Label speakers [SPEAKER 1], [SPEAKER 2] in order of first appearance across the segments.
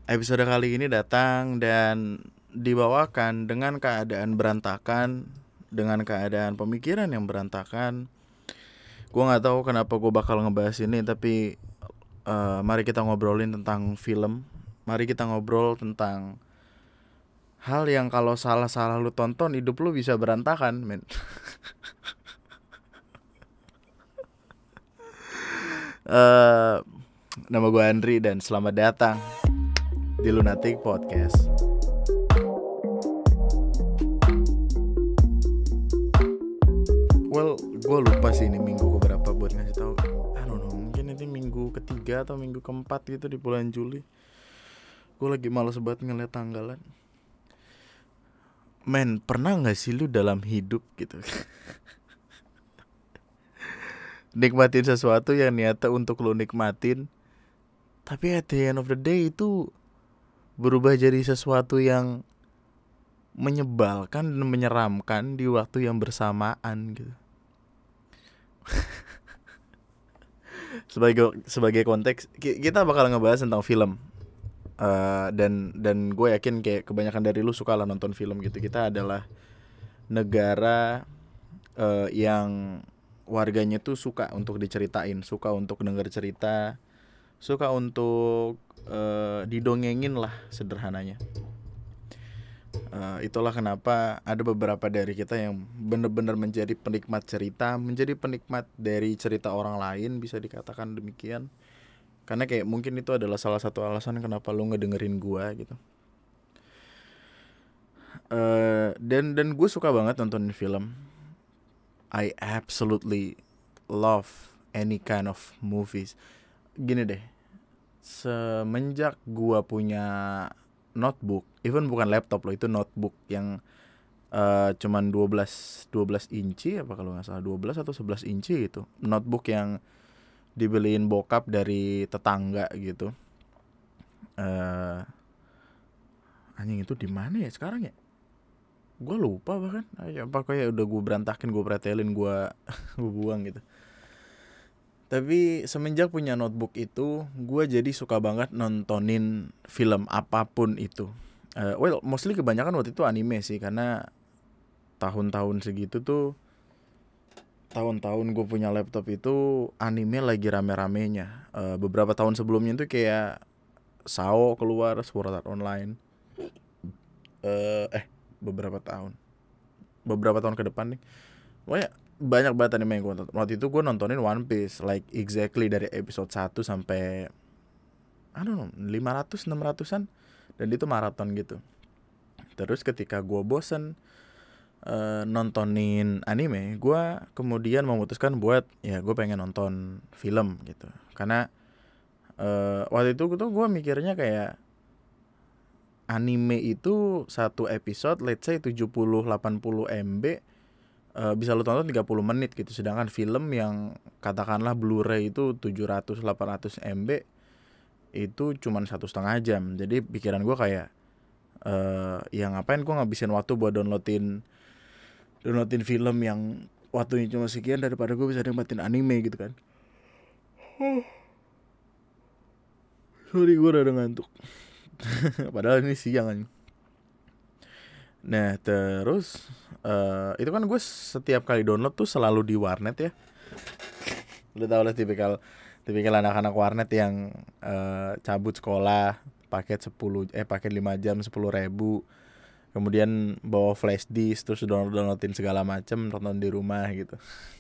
[SPEAKER 1] Episode kali ini datang dan dibawakan dengan keadaan berantakan, dengan keadaan pemikiran yang berantakan. Gue nggak tahu kenapa gue bakal ngebahas ini, tapi mari kita ngobrolin tentang film. Mari kita ngobrol tentang hal yang kalau salah-salah lu tonton, hidup lu bisa berantakan, men. Eh, Nama gue Andri dan selamat datang di Lunatic Podcast. Well, gue lupa sih ini minggu keberapa buat ngasih tahu. I don't know, mungkin ini minggu ketiga atau minggu keempat gitu di bulan Juli. Gue lagi males banget ngeliat tanggalan. Men, pernah gak sih lu dalam hidup gitu nikmatin sesuatu yang niatnya untuk lu nikmatin, tapi at the end of the day itu berubah jadi sesuatu yang menyebalkan dan menyeramkan di waktu yang bersamaan gitu. Sebagai konteks, kita bakal ngebahas tentang film. Dan gue yakin kayak kebanyakan dari lu suka lah nonton film gitu. Kita adalah negara yang warganya tuh suka untuk diceritain, suka untuk denger cerita, suka untuk didongengin lah sederhananya. Itulah kenapa ada beberapa dari kita yang benar-benar menjadi penikmat cerita, menjadi penikmat dari cerita orang lain, bisa dikatakan demikian. Karena kayak mungkin itu adalah salah satu alasan kenapa lu ngedengerin gua gitu. Dan gue suka banget nonton film. I absolutely love any kind of movies. Gini deh, semenjak gua punya notebook, even bukan laptop loh, itu notebook yang cuman 12 inci apa kalau nggak salah, 12 atau 11 inci gitu. Notebook yang dibeliin bokap dari tetangga gitu. Anjing, itu di mana ya sekarang ya? Gue lupa bahkan. Apa kayak udah gue berantakin, gue pretelin, gue gue buang gitu. Tapi semenjak punya notebook itu, gue jadi suka banget nontonin film apapun itu. Mostly kebanyakan waktu itu anime sih, karena tahun-tahun segitu tuh, tahun-tahun gue punya laptop itu anime lagi rame-ramenya. Beberapa tahun sebelumnya tuh kayak SAO keluar, Sword Art Online. Beberapa tahun ke depan nih, pokoknya banyak banget anime yang gue nonton. Waktu itu gue nontonin One Piece, like exactly dari episode 1 sampai I don't know 500 600-an, dan itu maraton gitu. Terus ketika gue bosen nontonin anime, gue kemudian memutuskan buat ya gue pengen nonton film gitu. Karena waktu itu tuh gue mikirnya kayak anime itu satu episode let's say 70-80 MB, bisa lu tonton 30 menit gitu. Sedangkan film yang katakanlah Blu-ray itu 700-800 MB itu cuman 1,5 jam. Jadi pikiran gue kayak ya ngapain gue ngabisin waktu buat downloadin film yang waktunya cuma sekian, daripada gue bisa nikmatin anime gitu kan. Sorry, gue udah ngantuk. Padahal ini siang kan. Nah terus itu kan gue setiap kali download tuh selalu di warnet ya. Lu tau lah tipikal anak-anak warnet yang cabut sekolah paket 5 jam 10.000, kemudian bawa flash disk terus downloadin segala macem, nonton di rumah gitu.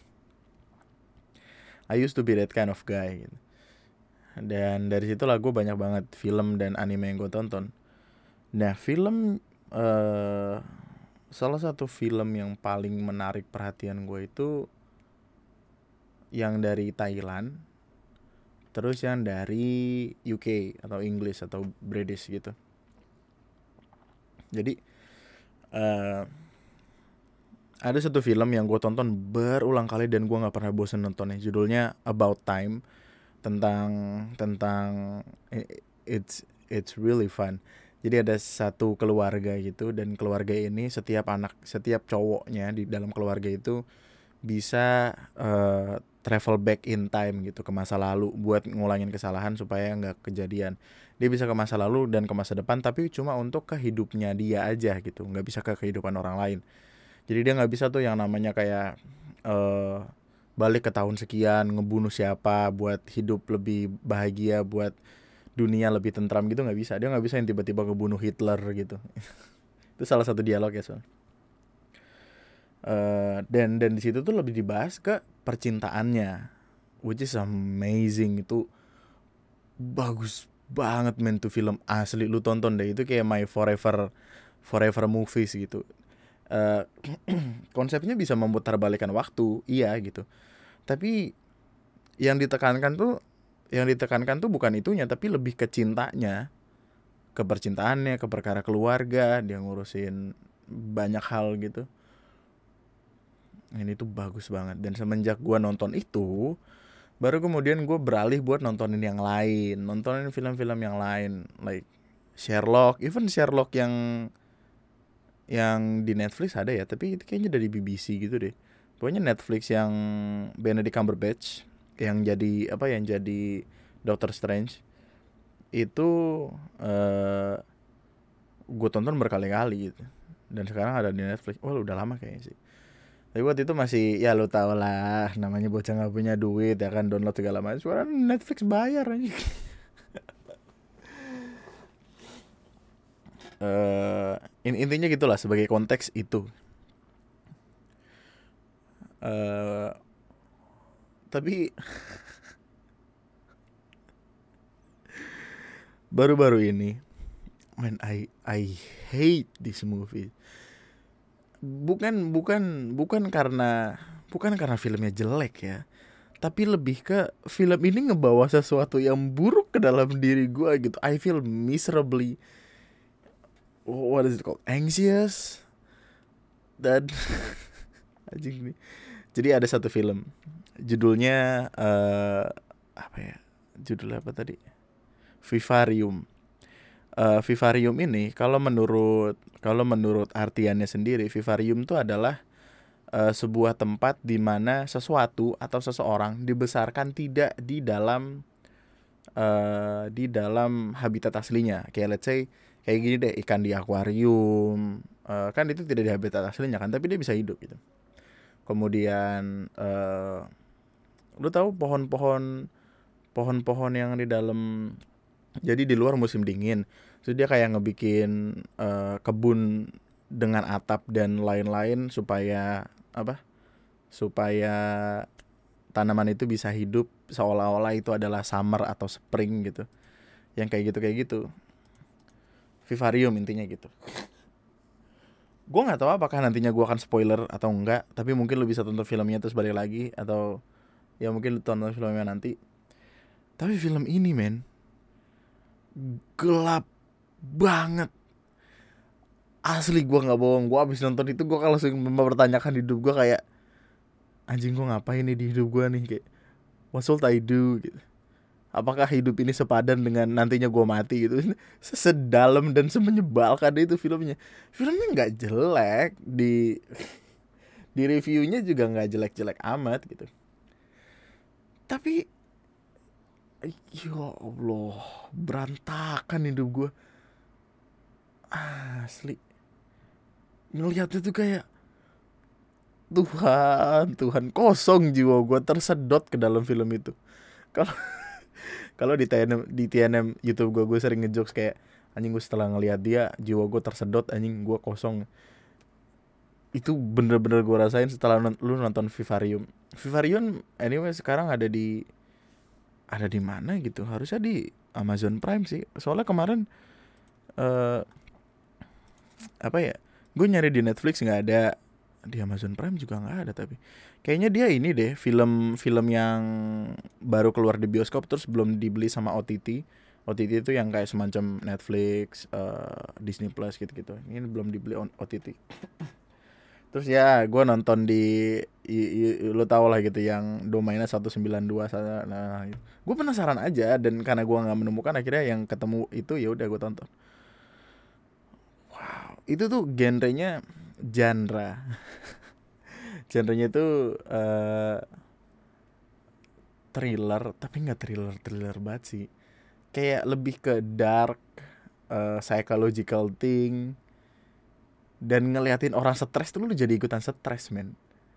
[SPEAKER 1] I used to be that kind of guy gitu. Dan dari situlah gue banyak banget film dan anime yang gue tonton. Nah film salah satu film yang paling menarik perhatian gue itu yang dari Thailand, terus yang dari UK atau English atau British gitu. Jadi ada satu film yang gue tonton berulang kali dan gue nggak pernah bosan nontonnya. Judulnya About Time, tentang it's really fun. Jadi ada satu keluarga gitu, dan keluarga ini setiap cowoknya di dalam keluarga itu bisa travel back in time gitu ke masa lalu buat ngulangin kesalahan supaya nggak kejadian. Dia bisa ke masa lalu dan ke masa depan tapi cuma untuk ke hidupnya dia aja gitu, nggak bisa ke kehidupan orang lain. Jadi dia nggak bisa tuh yang namanya kayak eh balik ke tahun sekian ngebunuh siapa buat hidup lebih bahagia, buat dunia lebih tentram gitu, nggak bisa. Dia nggak bisa yang tiba-tiba ngebunuh Hitler gitu. Itu salah satu dialog ya soal. Dan di situ tuh lebih dibahas ke percintaannya, which is amazing. Itu bagus banget men tuh film, asli lu tonton deh, itu kayak my forever movies gitu. Eh, Konsepnya bisa memutarbalikkan waktu, iya gitu. Tapi yang ditekankan tuh bukan itunya, tapi lebih ke cintanya, ke percintaannya, ke perkara keluarga, dia ngurusin banyak hal gitu. Ini tuh bagus banget. Dan semenjak gua nonton itu, baru kemudian gue beralih buat nontonin yang lain, nontonin film-film yang lain, like Sherlock, even Sherlock yang di Netflix ada ya, tapi itu kayaknya dari BBC gitu deh. Pokoknya Netflix yang Benedict Cumberbatch yang jadi apa, yang jadi Doctor Strange itu, gue tonton berkali-kali gitu. Dan sekarang ada di Netflix. Wah, udah lama kayaknya sih. Tapi waktu itu masih, ya lu tau lah, namanya bocah nggak punya duit ya kan, download segala macam. Sekarang Netflix bayar aja. Intinya gitulah, sebagai konteks itu. Eh tapi baru-baru ini, man, I hate this movie. Bukan karena filmnya jelek ya, tapi lebih ke film ini ngebawa sesuatu yang buruk ke dalam diri gue gitu. I feel miserably, what is it called, anxious, dan anjing nih. Jadi ada satu film, judulnya apa ya, judulnya apa tadi, Vivarium. Vivarium ini kalau menurut artiannya sendiri, Vivarium itu adalah sebuah tempat di mana sesuatu atau seseorang dibesarkan tidak di dalam habitat aslinya. Kayak let's say kayak gini deh, ikan di akuarium, kan itu tidak di habitat aslinya kan, tapi dia bisa hidup gitu. Kemudian lu tahu pohon-pohon yang di dalam, jadi di luar musim dingin, terus dia kayak ngebikin kebun dengan atap dan lain-lain supaya apa, supaya tanaman itu bisa hidup seolah-olah itu adalah summer atau spring gitu, yang kayak gitu. Vivarium intinya gitu. Gue nggak tahu apakah nantinya gue akan spoiler atau enggak, tapi mungkin lu bisa tonton filmnya terus balik lagi, atau ya mungkin lu tonton filmnya nanti. Tapi film ini men, gelap banget. Asli gue nggak bohong, gue abis nonton itu gue kalau langsung mempertanyakan hidup gue, kayak anjing gue ngapain nih di hidup gue nih, kayak what should I do gitu. Apakah hidup ini sepadan dengan nantinya gue mati gitu. Sedalam dan semenyebalkan itu filmnya. Filmnya nggak jelek, di reviewnya juga nggak jelek-jelek amat gitu. Tapi ya Allah, berantakan hidup gue, asli. Ngelihatnya tuh kayak Tuhan kosong, jiwa gue tersedot ke dalam film itu. Kalau kalau di TNM YouTube gue sering ngejokes kayak, anjing gue setelah ngelihat dia jiwa gue tersedot, anjing gue kosong. Itu bener-bener gue rasain setelah lu nonton Vivarium. Vivarium anyway sekarang ada di mana gitu, harusnya di Amazon Prime sih. Soalnya kemarin eh apa ya, gue nyari di Netflix nggak ada, di Amazon Prime juga nggak ada. Tapi kayaknya dia ini deh, film-film yang baru keluar di bioskop terus belum dibeli sama OTT. OTT itu yang kayak semacam Netflix, Disney Plus gitu-gitu. Ini belum dibeli OTT. Terus ya gue nonton di lo tau lah gitu, yang domainnya 192 sana. Nah, gitu. Gue penasaran aja, dan karena gue nggak menemukan, akhirnya yang ketemu itu ya udah gue tonton. Wow, itu tuh genre genrenya itu thriller, tapi nggak thriller banget sih. Kayak lebih ke dark, psychological thing, dan ngeliatin orang stres tuh lu jadi ikutan stres, men.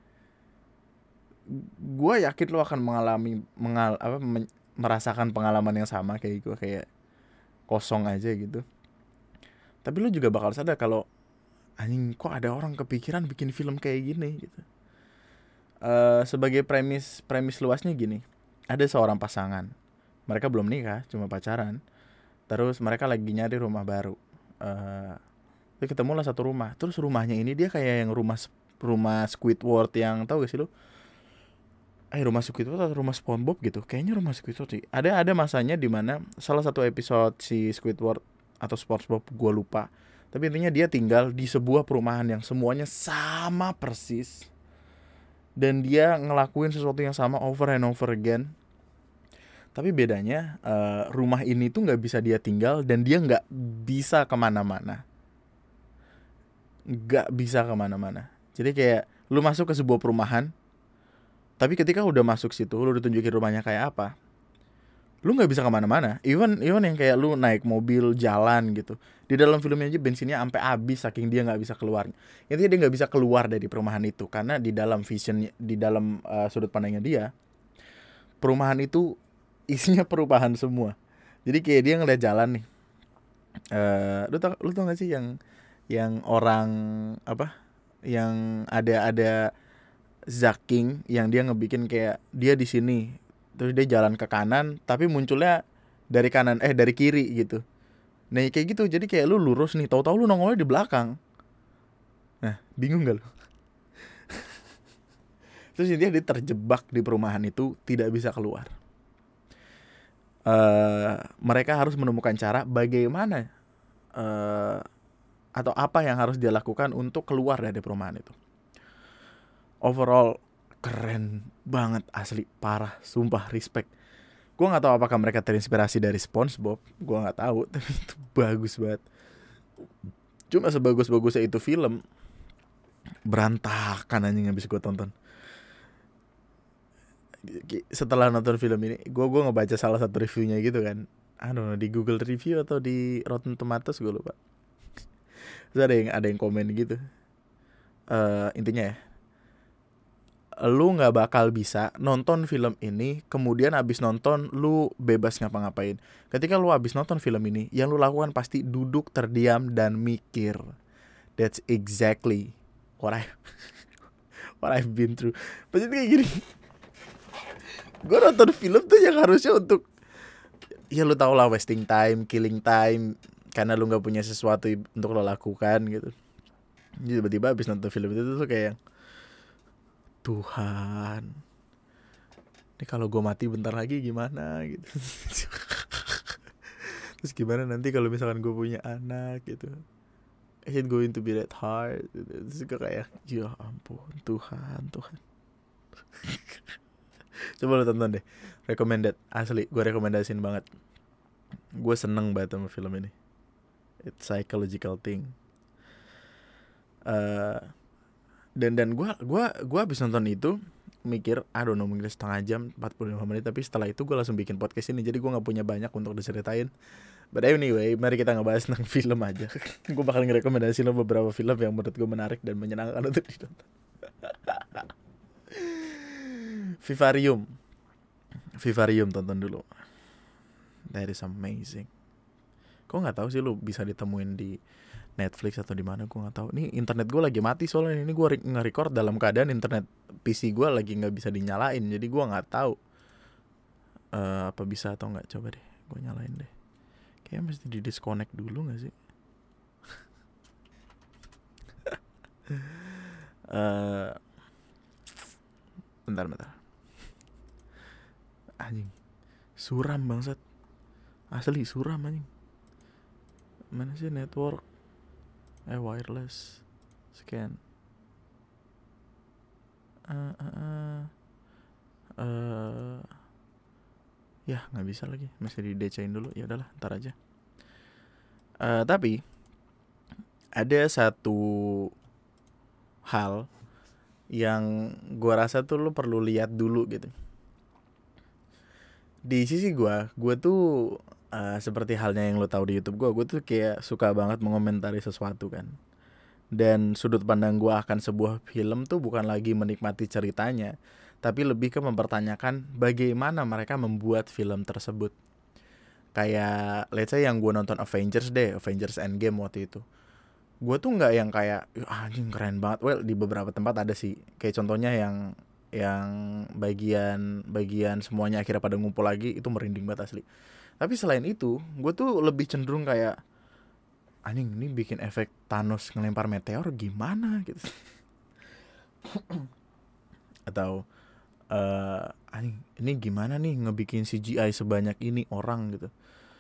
[SPEAKER 1] Gue yakin lu akan merasakan pengalaman yang sama kayak gue, kayak kosong aja gitu. Tapi lu juga bakal sadar kalau anjing, kok ada orang kepikiran bikin film kayak gini gitu. Sebagai premis luasnya gini, ada seorang pasangan, mereka belum nikah, cuma pacaran. Terus mereka lagi nyari rumah baru. Terus ketemulah satu rumah. Terus rumahnya ini dia kayak yang rumah Squidward, yang tahu gak sih lu? Rumah Squidward atau rumah SpongeBob gitu. Kayaknya rumah Squidward sih. Ada masanya di mana salah satu episode si Squidward atau SpongeBob, gue lupa. Tapi intinya dia tinggal di sebuah perumahan yang semuanya sama persis. Dan dia ngelakuin sesuatu yang sama over and over again. Tapi bedanya rumah ini tuh gak bisa dia tinggal, dan dia gak bisa kemana-mana. Gak bisa kemana-mana. Jadi kayak lu masuk ke sebuah perumahan, tapi ketika udah masuk situ, lu ditunjukin rumahnya kayak apa, lu gak bisa kemana-mana. Even yang kayak lu naik mobil jalan gitu, di dalam filmnya aja bensinnya sampai habis saking dia gak bisa keluar. Intinya dia gak bisa keluar dari perumahan itu, karena di dalam visionnya, di dalam sudut pandangnya dia, perumahan itu isinya perubahan semua. Jadi kayak dia ngeliat jalan nih, lu tau gak sih yang orang apa, yang ada Zaking, yang dia ngebikin kayak dia di sini, terus dia jalan ke kanan tapi munculnya dari kiri gitu. Nah kayak gitu, jadi kayak lu lurus nih, tahu-tahu lu nongolnya di belakang. Nah bingung gak lu? Terus dia terjebak di perumahan itu, tidak bisa keluar. Mereka harus menemukan cara bagaimana atau apa yang harus dia lakukan untuk keluar dari perumahan itu. Overall keren banget, asli parah, sumpah respect. Gue nggak tahu apakah mereka terinspirasi dari SpongeBob, gue nggak tahu, tapi itu bagus banget. Cuma sebagus-bagusnya itu film, berantakan anjing habis gue tonton. Setelah nonton film ini, gue ngebaca salah satu reviewnya gitu kan, aduh, di Google Review atau di Rotten Tomatoes gue lupa. Terus ada yang komen gitu, intinya ya, lu nggak bakal bisa nonton film ini kemudian abis nonton lu bebas ngapa-ngapain. Ketika lu abis nonton film ini, yang lu lakukan pasti duduk terdiam dan mikir. That's exactly what I've been through. Pasti kayak gini. Gue nonton film tuh yang harusnya untuk, ya lu tau lah, wasting time, killing time, karena lu nggak punya sesuatu untuk lo lakukan gitu. Jadi tiba-tiba abis nonton film itu tuh kayak, Tuhan, ini kalau gue mati bentar lagi gimana gitu. Terus gimana nanti kalau misalkan gue punya anak gitu, is it going to be that hard gitu. Terus gue kayak, ya ampun, Tuhan. Coba lo tonton deh, recommended, asli gue rekomendasiin banget. Gue seneng banget sama film ini. It's psychological thing. Dan gue abis nonton itu mikir, mungkin setengah jam, 45 menit. Tapi setelah itu gue langsung bikin podcast ini, jadi gue gak punya banyak untuk diceritain. But anyway, mari kita ngebahas tentang film aja. Gue bakal ngerekomendasiin lo beberapa film yang menurut gue menarik dan menyenangkan untuk ditonton. Vivarium tonton dulu. That is amazing. Kok nggak tahu sih lu bisa ditemuin di Netflix atau di mana, gue nggak tahu. Nih internet gue lagi mati soalnya, ini gue nge-record dalam keadaan internet PC gue lagi nggak bisa dinyalain, jadi gue nggak tahu apa bisa atau nggak. Coba deh gue nyalain deh, kayaknya mesti di disconnect dulu nggak sih? Bentar anjing, suram bangsat, asli suram anjing. Mana sih network? Wireless scan. Ya nggak bisa lagi, masih di DC-in dulu. Ya udahlah, ntar aja. Tapi ada satu hal yang gua rasa tuh lu perlu lihat dulu gitu. Di sisi gue tuh seperti halnya yang lo tahu di YouTube gue tuh kayak suka banget mengomentari sesuatu kan. Dan sudut pandang gue akan sebuah film tuh bukan lagi menikmati ceritanya, tapi lebih ke mempertanyakan bagaimana mereka membuat film tersebut. Kayak let's say yang gue nonton Avengers deh, Avengers Endgame waktu itu. Gue tuh nggak yang kayak anjing keren banget. Well, di beberapa tempat ada sih. Kayak contohnya yang bagian semuanya akhirnya pada ngumpul lagi itu merinding banget asli. Tapi selain itu, gue tuh lebih cenderung kayak anjing ini bikin efek Thanos ngelempar meteor gimana gitu. Atau anjing ini gimana nih ngebikin CGI sebanyak ini orang gitu.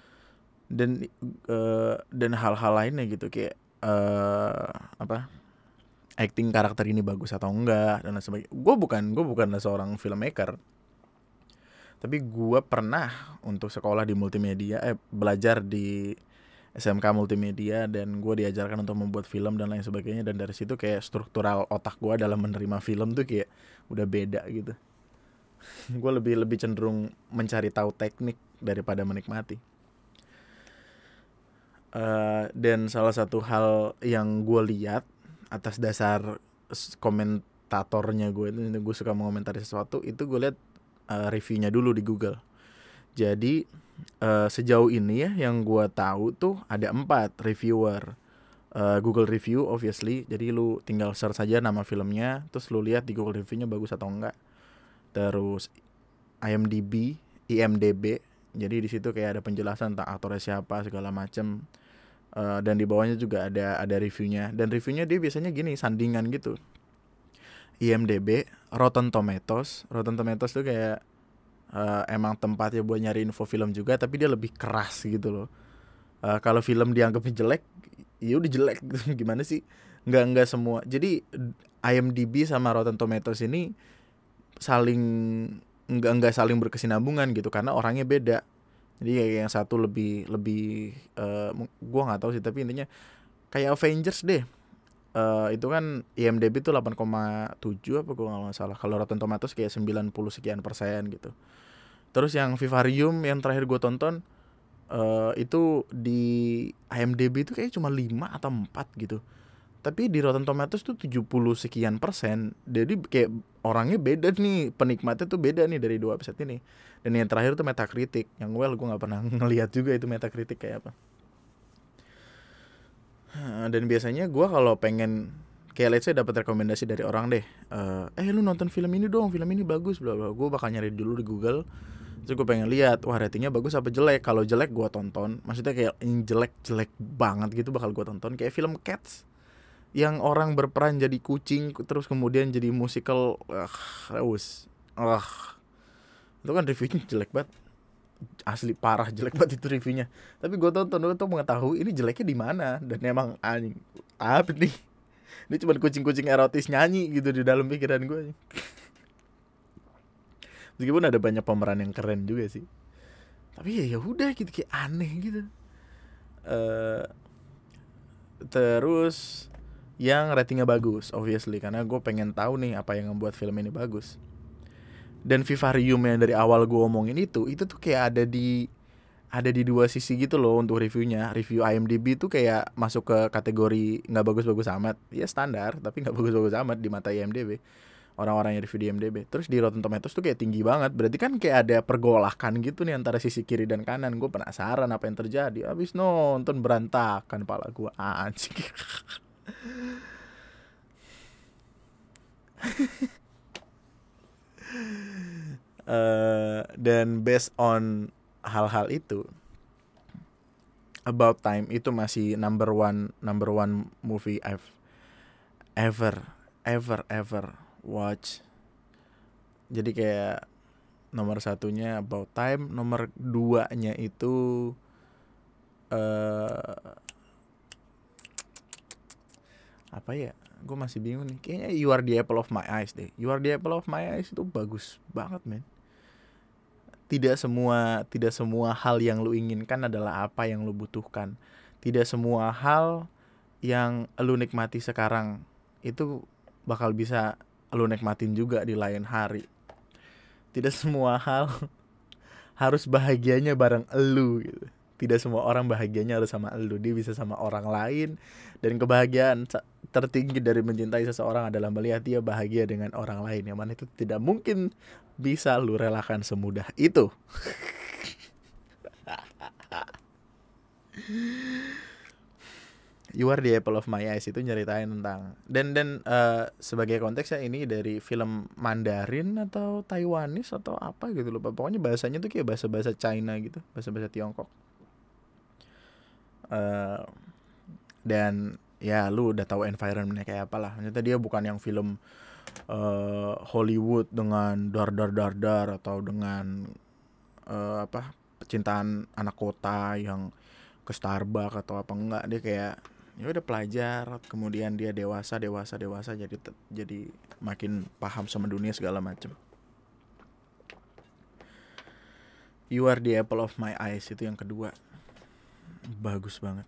[SPEAKER 1] Dan hal-hal lainnya gitu kayak apa acting karakter ini bagus atau enggak dan lain sebagainya. Gue bukan seorang filmmaker, tapi gue pernah untuk sekolah di multimedia, belajar di SMK multimedia, dan gue diajarkan untuk membuat film dan lain sebagainya. Dan dari situ kayak struktural otak gue dalam menerima film tuh kayak udah beda gitu. Gue lebih cenderung mencari tahu teknik daripada menikmati. Dan salah satu hal yang gue lihat atas dasar komentatornya gue suka mengomentari sesuatu itu gue lihat reviewnya dulu di Google. Jadi sejauh ini ya yang gue tahu tuh ada 4 reviewer Google review obviously. Jadi lu tinggal search saja nama filmnya, terus lu lihat di Google reviewnya bagus atau enggak. Terus IMDb. Jadi di situ kayak ada penjelasan tentang aktornya siapa segala macem. Dan di bawahnya juga ada reviewnya. Dan reviewnya dia biasanya gini, sandingan gitu. IMDb, Rotten Tomatoes tuh kayak emang tempatnya buat nyari info film juga, tapi dia lebih keras gitu loh. Kalau film dianggapnya jelek, ya udah jelek gitu. Gimana sih? Nggak semua. Jadi IMDb sama Rotten Tomatoes ini nggak saling berkesinambungan gitu, karena orangnya beda. Jadi kayak yang satu lebih gue nggak tahu sih, tapi intinya kayak Avengers deh. Itu kan IMDb tuh 8,7 apa gue nggak salah. Kalau Rotten Tomatoes kayak 90 sekian persen gitu. Terus yang Vivarium yang terakhir gue tonton itu di IMDb itu kayak cuma 5 atau 4 gitu. Tapi di Rotten Tomatoes tuh 70 sekian persen. Jadi kayak orangnya beda nih, penikmatnya tuh beda nih dari dua website ini. Dan yang terakhir tuh Metacritic. Yang gue gak pernah ngeliat juga itu Metacritic kayak apa. Dan biasanya gue kalau pengen kayak let's say dapat rekomendasi dari orang deh, lu nonton film ini dong, film ini bagus bla bla, gue bakal nyari dulu di Google. Terus gue pengen lihat, wah ratingnya bagus apa jelek. Kalau jelek gue tonton. Maksudnya kayak ini jelek banget gitu bakal gue tonton. Kayak film Cats yang orang berperan jadi kucing terus kemudian jadi musical. Itu kan reviewnya jelek banget, asli parah jelek banget itu reviewnya. Tapi gue tonton untuk mengetahui ini jeleknya di mana. Dan emang anjing apa nih, ini cuma kucing-kucing erotis nyanyi gitu di dalam pikiran gue. Meskipun ada banyak pemeran yang keren juga sih, tapi ya udah gitu kayak aneh gitu. Terus yang ratingnya bagus obviously, karena gue pengen tahu nih apa yang membuat film ini bagus. Dan Vivarium yang dari awal gue omongin itu tuh kayak ada di dua sisi gitu loh untuk reviewnya. Review IMDb tuh kayak masuk ke kategori nggak bagus-bagus amat, ya standar, tapi nggak bagus-bagus amat di mata IMDb, orang-orang yang review di IMDb. Terus di Rotten Tomatoes tuh kayak tinggi banget. Berarti kan kayak ada pergolakan gitu nih antara sisi kiri dan kanan. Gue penasaran apa yang terjadi. Abis nonton berantakan pala gue, anjing. Dan based on hal-hal itu, About Time itu masih number one movie I've ever watch. Jadi kayak nomor 1-nya About Time, nomor 2-nya itu apa ya? Gue masih bingung nih. Kayaknya You Are the Apple of My Eyes deh. You Are the Apple of My Eyes itu bagus banget, men. Tidak semua hal yang lu inginkan adalah apa yang lu butuhkan. Tidak semua hal yang lu nikmati sekarang itu bakal bisa lu nikmatin juga di lain hari. Tidak semua hal harus bahagianya bareng elu gitu. Tidak semua orang bahagianya harus sama elu, dia bisa sama orang lain. Dan kebahagiaan tertinggi dari mencintai seseorang adalah melihat dia bahagia dengan orang lain, yang mana itu tidak mungkin bisa lu relakan semudah itu. You Are the Apple of My Eyes itu nyeritain tentang dan sebagai konteksnya ini dari film Mandarin atau Taiwanese atau apa gitu, lupa. Pokoknya bahasanya tuh kayak bahasa-bahasa China gitu, bahasa-bahasa Tiongkok. Dan ya lu udah tahu environmentnya kayak apa lah. Ternyata dia bukan yang film Hollywood dengan dar atau dengan percintaan anak kota yang ke Starbucks atau apa, enggak. Dia kayak ya udah pelajar, kemudian dia dewasa jadi makin paham sama dunia segala macam. You Are the Apple of My Eyes itu yang kedua, bagus banget.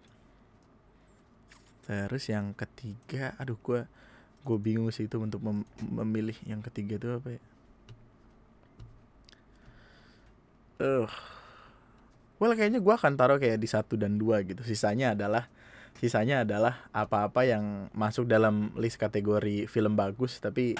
[SPEAKER 1] Terus yang ketiga, aduh gue bingung sih itu untuk memilih yang ketiga itu apa ya. Well, kayaknya gue akan taruh kayak di 1 dan 2 gitu. Sisanya adalah apa-apa yang masuk dalam list kategori film bagus tapi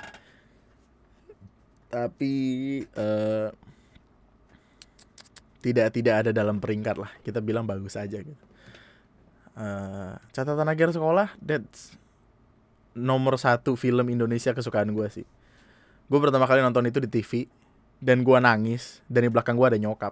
[SPEAKER 1] tidak ada dalam peringkat lah. Kita bilang bagus aja gitu. Catatan Akhir Sekolah, that's nomor 1 film Indonesia kesukaan gue sih. Gue pertama kali nonton itu di TV dan gue nangis, dan di belakang gue ada nyokap.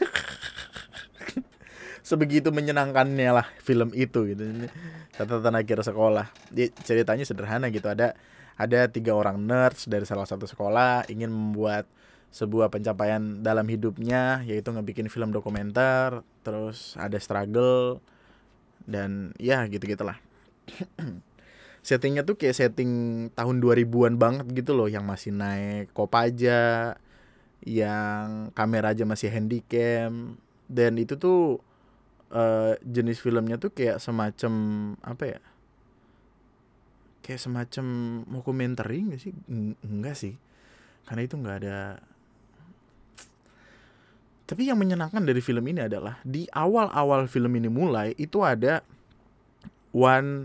[SPEAKER 1] Sebegitu menyenangkannya lah film itu gitu. Catatan Akhir Sekolah. Ceritanya sederhana gitu. Ada 3 orang nerds dari salah satu sekolah ingin membuat sebuah pencapaian dalam hidupnya, yaitu ngebikin film dokumenter. Terus ada struggle dan ya gitu-gitulah. Settingnya tuh kayak setting tahun 2000-an banget gitu loh, yang masih naik Kopaja, yang kamera aja masih handycam. Dan itu tuh jenis filmnya tuh kayak semacam apa ya, kayak semacam dokumenter nggak sih? Enggak sih, karena itu nggak ada. Tapi yang menyenangkan dari film ini adalah di awal-awal film ini mulai itu ada one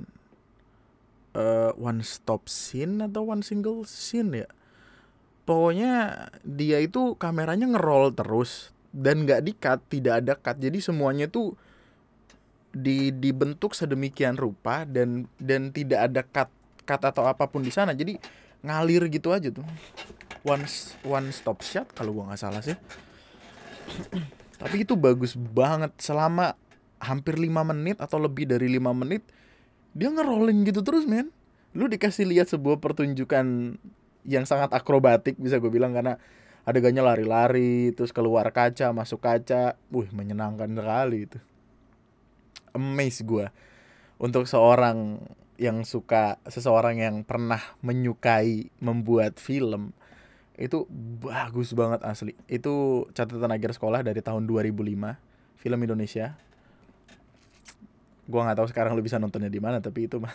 [SPEAKER 1] stop scene atau one single scene ya. Pokoknya dia itu kameranya ngeroll terus dan nggak di-cut, tidak ada cut. Jadi semuanya tuh dibentuk sedemikian rupa dan tidak ada cut atau apapun di sana. Jadi ngalir gitu aja tuh. One stop shot kalau gua nggak salah sih. Tapi itu bagus banget. Selama hampir 5 menit atau lebih dari 5 menit dia ngerolling gitu terus, men. Lu dikasih lihat sebuah pertunjukan yang sangat akrobatik bisa gue bilang, karena adegannya lari-lari terus keluar kaca, masuk kaca. Menyenangkan sekali itu. Amazed gue untuk seseorang yang pernah menyukai membuat film. Itu bagus banget asli. Itu Catatan Akhir Sekolah dari tahun 2005, film Indonesia. Gua nggak tahu sekarang lu bisa nontonnya di mana, tapi itu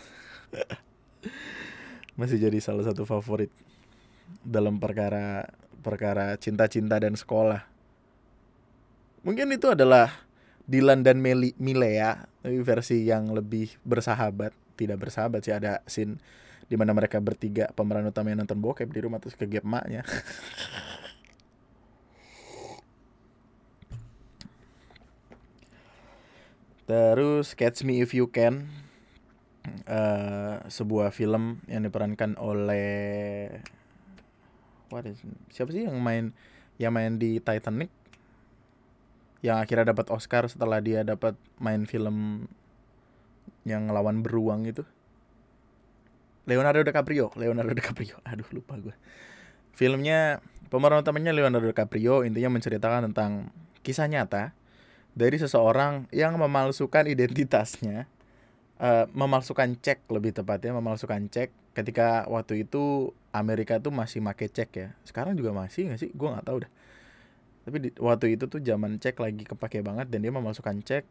[SPEAKER 1] masih jadi salah satu favorit dalam perkara cinta-cinta dan sekolah. Mungkin itu adalah Dylan dan Milea, tapi versi yang lebih tidak bersahabat sih. Ada scene di mana mereka bertiga pemeran utama yang nonton bokep di rumah terus kegep maknya. Terus Catch Me If You Can, sebuah film yang diperankan oleh siapa sih yang main di Titanic, yang akhirnya dapat Oscar setelah dia dapat main film yang ngelawan beruang itu. Leonardo DiCaprio. Aduh, lupa gue. Filmnya pemeran utamanya Leonardo DiCaprio, intinya menceritakan tentang kisah nyata dari seseorang yang memalsukan identitasnya, memalsukan cek ketika waktu itu Amerika tuh masih make cek ya. Sekarang juga masih nggak sih? Gue nggak tahu dah. Tapi waktu itu tuh zaman cek lagi kepake banget dan dia memalsukan cek.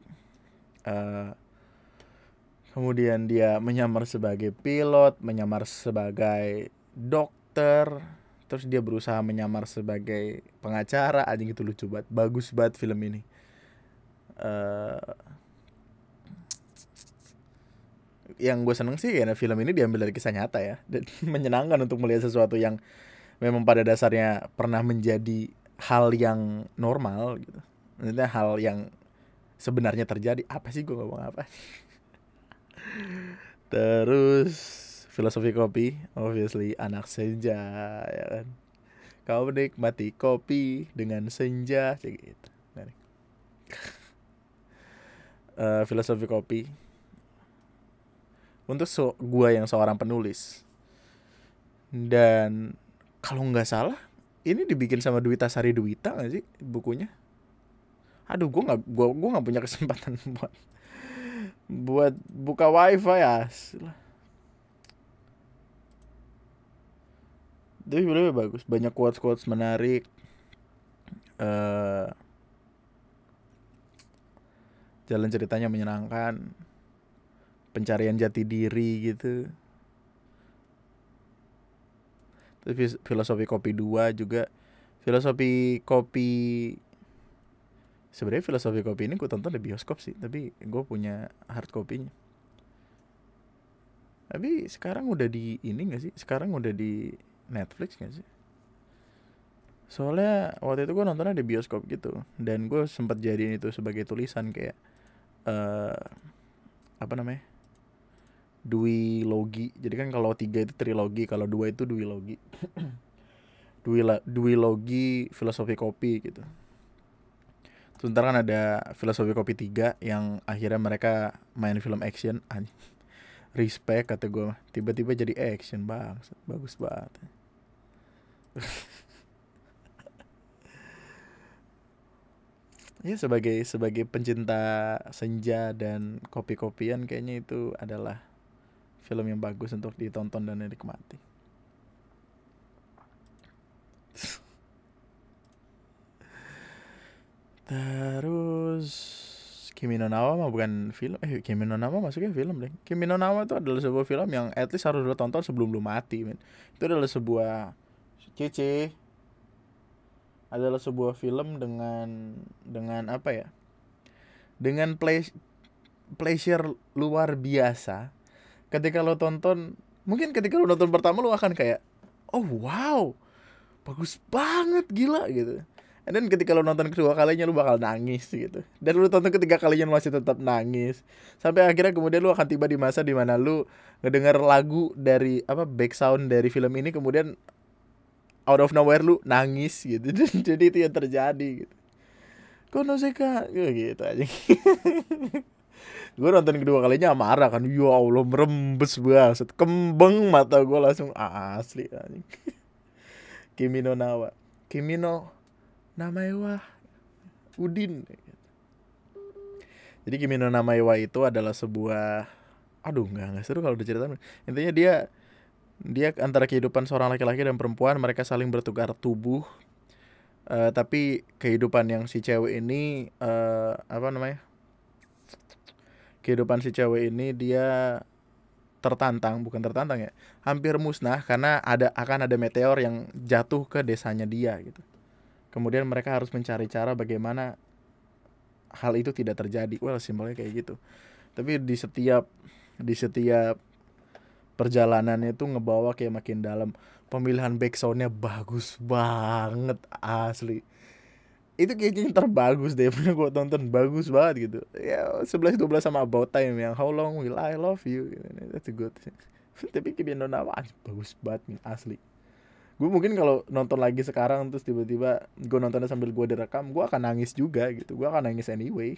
[SPEAKER 1] Kemudian dia menyamar sebagai pilot, menyamar sebagai dokter, Terus dia berusaha menyamar sebagai pengacara, anjing itu lucu banget. Bagus banget film ini. Yang gue seneng sih karena film ini diambil dari kisah nyata ya, dan menyenangkan untuk melihat sesuatu yang memang pada dasarnya pernah menjadi hal yang normal gitu. Maksudnya hal yang sebenarnya terjadi. Apa sih gue ngomong apa? Terus filosofi kopi, obviously anak senja ya kan. Kau menikmati kopi dengan senja kayak gitu. Filosofi kopi untuk gua yang seorang penulis, dan kalau nggak salah ini dibikin sama Dwita Sari Dwita nggak sih bukunya? Aduh, gua nggak punya kesempatan buat buka wifi ya. Tapi filmnya bagus, banyak quotes menarik. Jalan ceritanya menyenangkan, pencarian jati diri gitu. Terus filosofi kopi 2 juga. Filosofi kopi, sebenarnya filosofi kopi ini gue tonton di bioskop sih, tapi gue punya hard copy-nya. Tapi sekarang udah di ini gak sih? Sekarang udah di Netflix gak sih? Soalnya waktu itu gue nontonnya di bioskop gitu, dan gue sempat jadiin itu sebagai tulisan kayak apa namanya, duilogi. Jadi kan kalau 3 itu trilogi, kalau 2 itu duilogi. Duilogi filosofi kopi gitu. Sebentar kan ada filosofi kopi 3 yang akhirnya mereka main film action. Respect kata gue, tiba-tiba jadi action bang, bagus banget. Ya sebagai pencinta senja dan kopi-kopian, kayaknya itu adalah film yang bagus untuk ditonton dan dinikmati. Terus Kimi no Na wa mah bukan film. Kimi no Na wa masuknya film deh. Kimi no Na wa itu adalah sebuah film yang at least harus lo tonton sebelum lo mati, men. Itu adalah sebuah CC, adalah sebuah film dengan apa ya? Dengan pleasure luar biasa. Ketika lo tonton, mungkin ketika lo nonton pertama lo akan kayak, oh wow, bagus banget, gila gitu. Dan ketika lo nonton kedua kalinya lo bakal nangis gitu. Dan lo tonton ketiga kalinya lo masih tetap nangis. Sampai akhirnya kemudian lo akan tiba di masa dimana lo ngedengar lagu dari apa, back sound dari film ini, kemudian out of nowhere lu nangis gitu. Jadi itu yang terjadi gitu. Konoseka gitu aja. Gue nonton kedua kalinya marah kan, ya Allah merembes banget, kembang mata gue langsung asli anjing. Kimi no Na wa, Kimi no Namae wa Udin. Jadi Kimi no Namae wa itu adalah sebuah, aduh nggak seru kalau diceritain. Intinya dia antara kehidupan seorang laki-laki dan perempuan, mereka saling bertukar tubuh. Tapi kehidupan yang si cewek ini apa namanya? Kehidupan si cewek ini dia bukan tertantang ya, hampir musnah karena akan ada meteor yang jatuh ke desanya dia gitu. Kemudian mereka harus mencari cara bagaimana hal itu tidak terjadi. Well, simpelnya kayak gitu. Tapi di setiap perjalanannya tuh ngebawa kayak makin dalam. Pemilihan backsoundnya bagus banget asli. Itu kayaknya yang terbagus deh pernah gue tonton, bagus banget gitu. Ya 11-12 sama About Time yang How Long Will I Love You, that's good. Tapi Kimi no Na wa bagus banget nih, asli. Gue mungkin kalau nonton lagi sekarang terus tiba-tiba gue nontonnya sambil gue direkam, gue akan nangis juga gitu. Gue akan nangis anyway.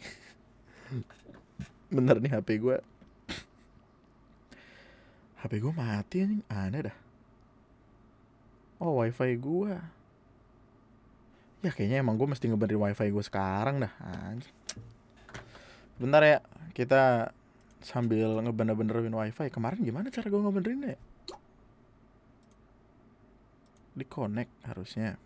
[SPEAKER 1] Bener nih HP gue mati anjing, aneh dah. Oh, wifi gue. Ya kayaknya emang gue mesti ngebenerin wifi gue sekarang dah anjing. Bentar ya, kita sambil ngebener-benerin wifi. Kemarin gimana cara gue ngebenerinnya ya? Di connect harusnya.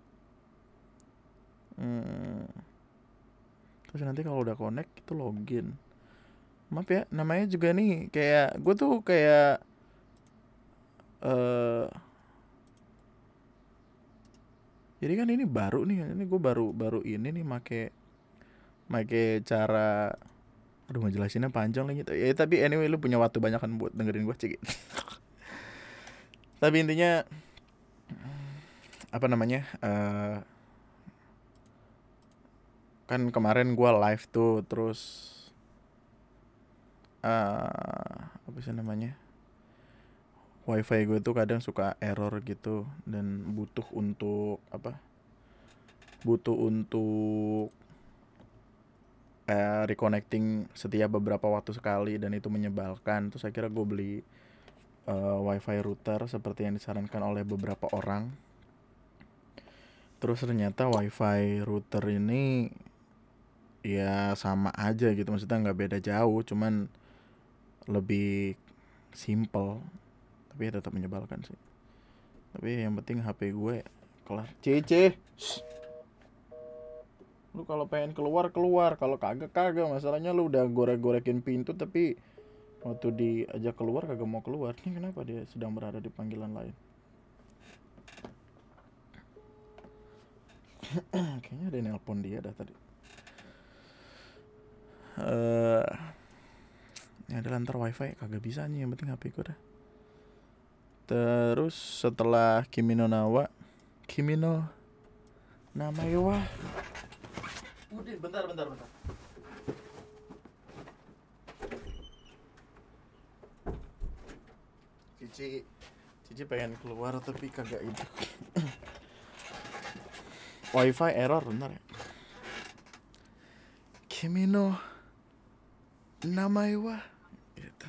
[SPEAKER 1] Terus nanti kalau udah connect itu login. Maaf ya, namanya juga nih kayak gue tuh kayak Jadi kan ini baru nih, ini gue baru ini nih make cara, aduh ngejelasinnya panjang lagi. Ya tapi anyway lu punya waktu banyak kan buat dengerin gue cik. Tapi intinya apa namanya? Kan kemarin gue live tuh, terus apa sih namanya? Wifi gue tuh kadang suka error gitu dan butuh untuk apa? Butuh untuk reconnecting setiap beberapa waktu sekali dan itu menyebalkan. Terus akhirnya gue beli wifi router seperti yang disarankan oleh beberapa orang. Terus ternyata wifi router ini ya sama aja gitu, maksudnya nggak beda jauh, cuman lebih simple, tapi ya tetap menyebalkan sih. Tapi yang penting HP gue kelar. Cece, lu kalau pengen keluar, kalau kagak, masalahnya lu udah gorek-gorekin pintu tapi waktu diajak keluar kagak mau keluar. Ini kenapa dia sedang berada di panggilan lain? Kayaknya ada yang nelpon dia dah tadi. Ya ada lantar wifi kagak bisa nih, yang penting HP gue dah. Terus setelah Kimi no Nawa. Udah bentar. Cici pengen keluar tapi kagak itu. Wifi error, bentar ya. Kimi no Nawa gitu.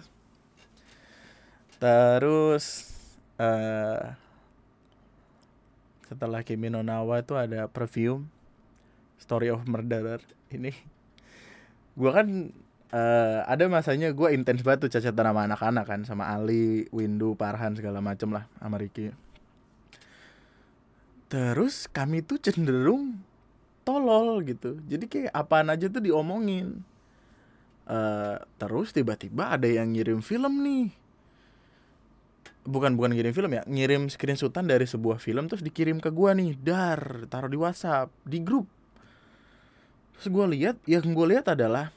[SPEAKER 1] Terus setelah Kimi no Nawa itu ada Perfume Story of Murderer. Ini gue kan ada masanya gue intens banget tuh cacatan sama anak-anak kan, sama Ali, Windu, Farhan segala macem lah, sama Ricky. Terus kami tuh cenderung tolol gitu, jadi kayak apaan aja tuh diomongin. Terus tiba-tiba ada yang ngirim film nih, bukan ngirim film ya, ngirim screenshotan dari sebuah film terus dikirim ke gue nih, taruh di WhatsApp di grup. Terus gue lihat adalah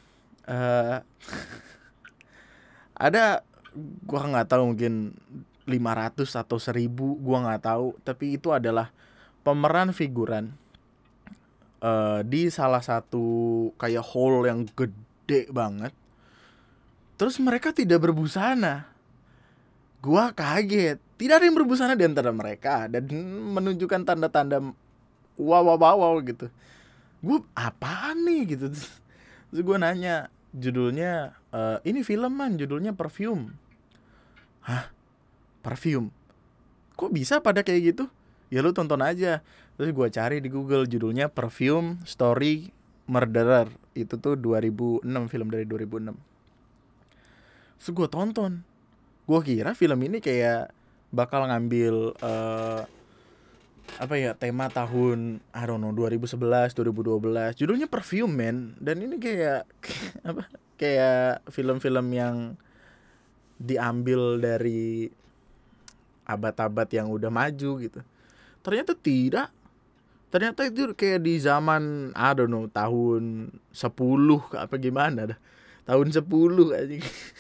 [SPEAKER 1] ada, gue nggak tahu, mungkin 500 atau 1000, gue nggak tahu, tapi itu adalah pemeran figuran di salah satu kayak hall yang gede banget. Terus mereka tidak berbusana. Gue kaget, tidak ada yang berbusana di antara mereka dan menunjukkan tanda-tanda wow gitu. Gue apaan nih gitu. Terus gue nanya, judulnya ini film man, judulnya Perfume. Hah? Perfume? Kok bisa pada kayak gitu? Ya lu tonton aja. Terus gue cari di Google, judulnya Perfume Story Murderer. Itu tuh 2006, film dari 2006. Terus gue tonton. Gue kira film ini kayak bakal ngambil apa ya, tema tahun I don't know 2011, 2012. Judulnya Perfume man. Dan ini kayak apa? Kayak film-film yang diambil dari abad-abad yang udah maju gitu. Ternyata tidak. Ternyata itu kayak di zaman I don't know tahun 10 apa gimana dah. Tahun 10 aja.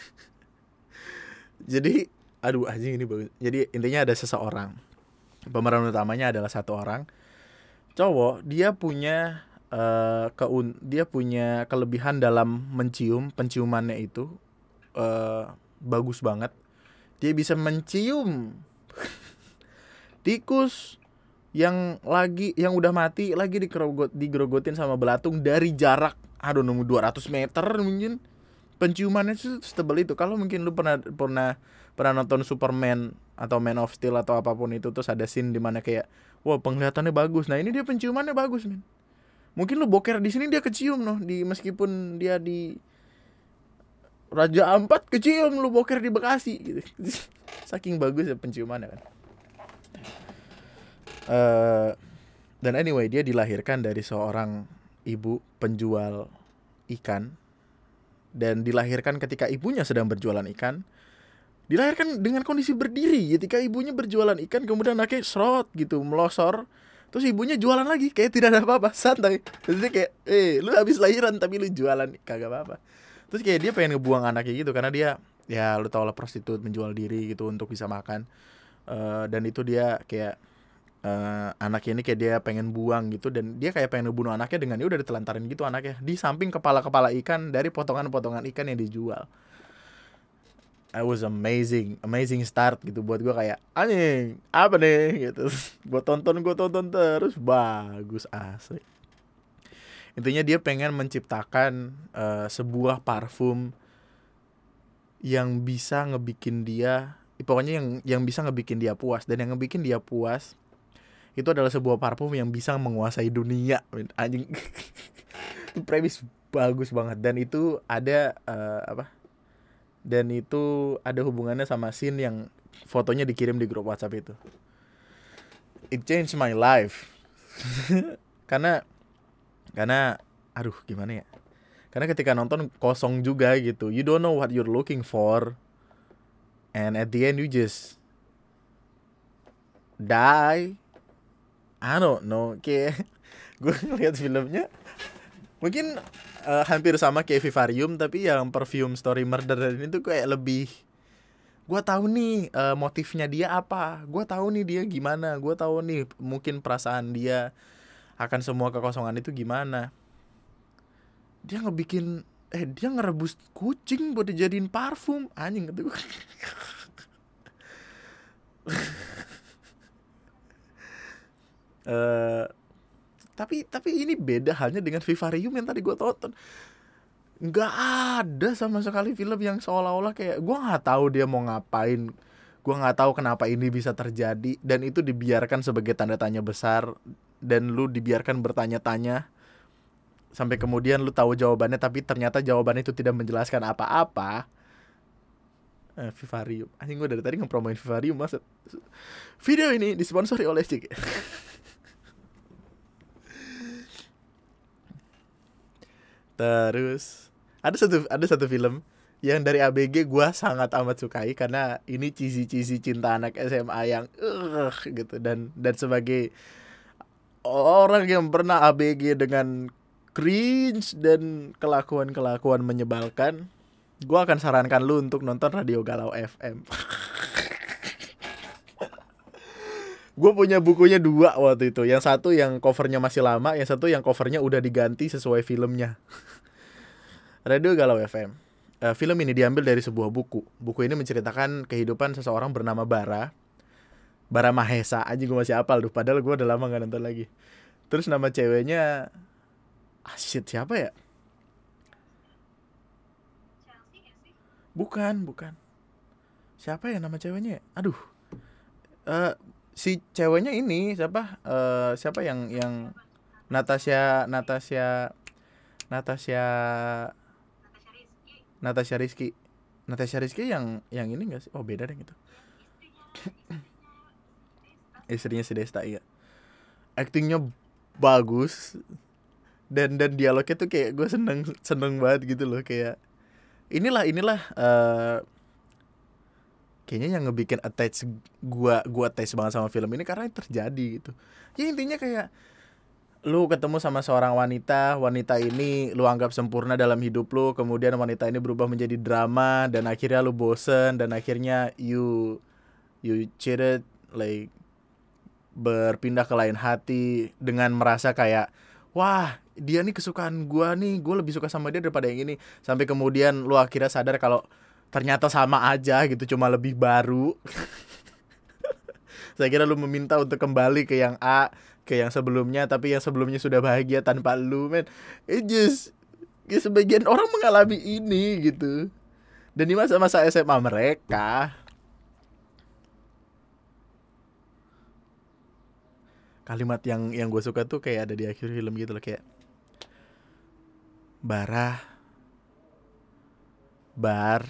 [SPEAKER 1] Jadi aduh anjing ini bagus. Jadi intinya ada seseorang, pemeran utamanya adalah satu orang cowok. Dia punya dia punya kelebihan dalam mencium. Penciumannya itu bagus banget. Dia bisa mencium tikus yang udah mati lagi digerogotin sama belatung dari jarak aduh 200 meter mungkin. Penciumannya itu setebal itu. Kalau mungkin lu pernah nonton Superman atau Man of Steel atau apapun itu, terus ada scene dimana kayak wah penglihatannya bagus. Nah ini dia penciumannya bagus men. Mungkin lu boker di sini dia kecium noh, meskipun dia di Raja Ampat kecium lu boker di Bekasi gitu. Saking bagus ya penciumannya kan. Dan anyway dia dilahirkan dari seorang ibu penjual ikan. Dan dilahirkan ketika ibunya sedang berjualan ikan. Dilahirkan dengan kondisi berdiri ketika ibunya berjualan ikan. Kemudian anaknya serot gitu melosor Terus ibunya jualan lagi kayak tidak ada apa-apa, santai. Terus dia kayak, lu habis lahiran tapi lu jualan, kagak apa-apa. Terus kayak dia pengen ngebuang anaknya gitu karena dia, ya lu tau lah, prostitut, menjual diri gitu untuk bisa makan. Dan itu dia kayak, anaknya ini kayak dia pengen buang gitu, dan dia kayak pengen ngebunuh anaknya dengan dia udah ditelantarin gitu anaknya di samping kepala-kepala ikan dari potongan-potongan ikan yang dijual. I was amazing start gitu buat gue, kayak anjing apa nih gitu. Gue tonton terus, bagus asli. Intinya dia pengen menciptakan sebuah parfum yang bisa ngebikin dia, pokoknya yang bisa ngebikin dia puas, dan yang ngebikin dia puas itu adalah sebuah parfum yang bisa menguasai dunia. Anjing. Itu premis bagus banget, dan itu ada dan itu ada hubungannya sama scene yang fotonya dikirim di grup WhatsApp itu. It changed my life. karena aduh gimana ya, karena ketika nonton kosong juga gitu, you don't know what you're looking for, and at the end you just die. I don't know, kayak gue ngeliat filmnya mungkin hampir sama kayak Vivarium, tapi yang Perfume Story Murder ini tuh kayak lebih, gue tahu nih motifnya dia apa, gue tahu nih dia gimana, gue tahu nih mungkin perasaan dia akan semua kekosongan itu gimana. Dia ngebikin dia ngerebus kucing buat dijadiin parfum, anjing gitu. Tapi ini beda halnya dengan Vivarium yang tadi gue tonton. Nggak ada sama sekali film yang seolah-olah kayak gue nggak tahu dia mau ngapain, gue nggak tahu kenapa ini bisa terjadi, dan itu dibiarkan sebagai tanda tanya besar, dan lu dibiarkan bertanya-tanya sampai kemudian lu tahu jawabannya, tapi ternyata jawabannya itu tidak menjelaskan apa-apa. Vivarium, anjing gue dari tadi ngepromoin Vivarium, maksud video ini disponsori oleh Cik. Terus ada satu film yang dari ABG gue sangat amat sukai, karena ini cheesy cinta anak SMA yang gitu, dan sebagai orang yang pernah ABG dengan cringe dan kelakuan menyebalkan, gue akan sarankan lu untuk nonton Radio Galau FM. Gue punya bukunya 2 waktu itu. Yang satu yang covernya masih lama, yang satu yang covernya udah diganti sesuai filmnya. Radio Galau FM. Film ini diambil dari sebuah buku. Buku ini menceritakan kehidupan seseorang bernama Bara Mahesa. Anjing gue masih hafal tuh, padahal gue udah lama gak nonton lagi. Terus nama ceweknya siapa ya? Bukan. Siapa ya nama ceweknya? Aduh. Si ceweknya ini siapa? Siapa yang Natasha Rizky. Natasha Rizky yang ini enggak sih? Oh, beda deh gitu. Istrinya si Desta, iya. Aktingnya bagus. Dan dialognya tuh kayak gue seneng banget gitu loh, kayak inilah kayaknya yang ngebikin attach gue attach banget sama film ini karena terjadi gitu. Ya intinya kayak lu ketemu sama seorang wanita ini lu anggap sempurna dalam hidup lu, kemudian wanita ini berubah menjadi drama, dan akhirnya lu bosen, dan akhirnya you cheated, like berpindah ke lain hati dengan merasa kayak, wah dia nih kesukaan gue lebih suka sama dia daripada yang ini, sampai kemudian lu akhirnya sadar kalau ternyata sama aja gitu, cuma lebih baru. Saya kira lu meminta untuk kembali ke yang A, ke yang sebelumnya, tapi yang sebelumnya sudah bahagia tanpa lu, men. Ya sebagian orang mengalami ini gitu. Dan di masa-masa SMA mereka. Kalimat yang gue suka tuh kayak ada di akhir film gitu loh, kayak Bar,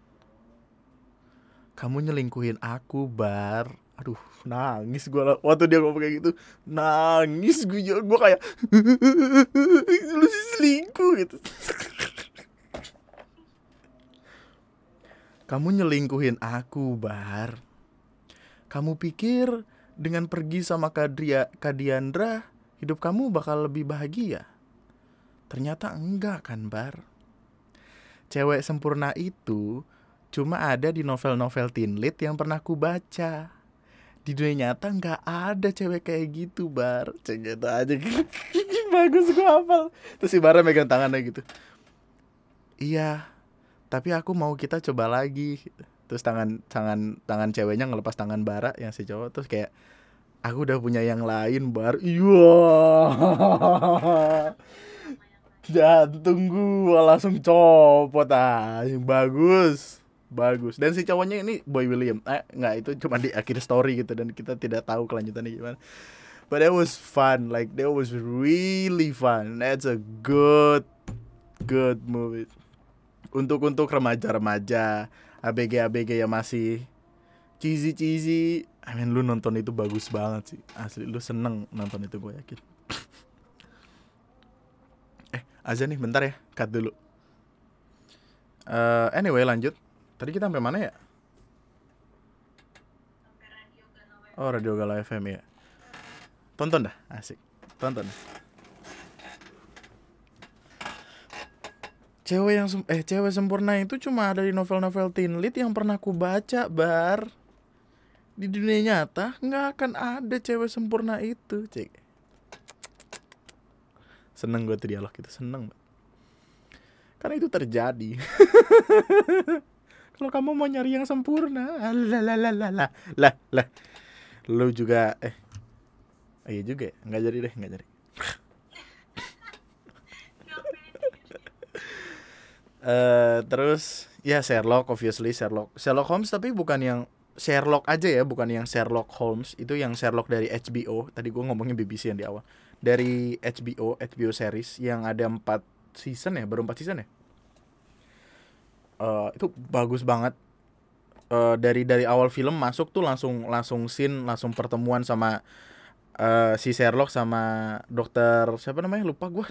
[SPEAKER 1] kamu nyelingkuhin aku, Bar. Aduh, nangis gue waktu dia ngomong kayak gitu. Nangis gue kayak lu selingkuh gitu. Kamu nyelingkuhin aku, Bar. Kamu pikir dengan pergi sama Kak Diandra, hidup kamu bakal lebih bahagia. Ternyata enggak kan, Bar. Cewek sempurna itu cuma ada di novel-novel teen lit yang pernah ku baca. Di dunia nyata nggak ada cewek kayak gitu, Bar. Cek gitu aja. Bagus, gua hafal. Terus si Bara megang tangannya gitu. Iya, tapi aku mau kita coba lagi. Terus tangan ceweknya ngelepas tangan Bara yang si cowok, terus kayak, aku udah punya yang lain, Bar. Iya. Jantung gua langsung copot bagus. Bagus. Dan si cowoknya ini Boy William. Enggak, itu cuma di akhir story gitu dan kita tidak tahu kelanjutannya gimana. But that was fun. Like that was really fun. That's a good movie. Untuk remaja-remaja, ABG yang masih cheesy. I mean, lu nonton itu bagus banget sih. Asli lu seneng nonton itu, gue yakin. Azan nih, bentar ya, cut dulu. Anyway, lanjut. Tadi kita sampai mana ya? Oh, Radio Galau FM ya. Tonton dah, asik. Tonton. Cewek sempurna itu cuma ada di novel-novel teen lit yang pernah ku baca, Bar. Di dunia nyata nggak akan ada cewek sempurna itu, cek. Seneng gue tuh dialog itu, seneng. Karena itu terjadi. Kalau kamu mau nyari yang sempurna, lah. Lu juga, iya juga ya, nggak jadi. Terus ya Sherlock, obviously Sherlock Holmes, tapi bukan yang Sherlock aja ya, bukan yang Sherlock Holmes. Itu yang Sherlock dari HBO. Tadi gue ngomongnya BBC yang di awal. Dari HBO series yang ada 4 season ya, baru 4 season ya. Itu bagus banget. Dari awal film masuk tuh langsung scene, langsung pertemuan sama si Sherlock sama dokter siapa namanya, lupa gue.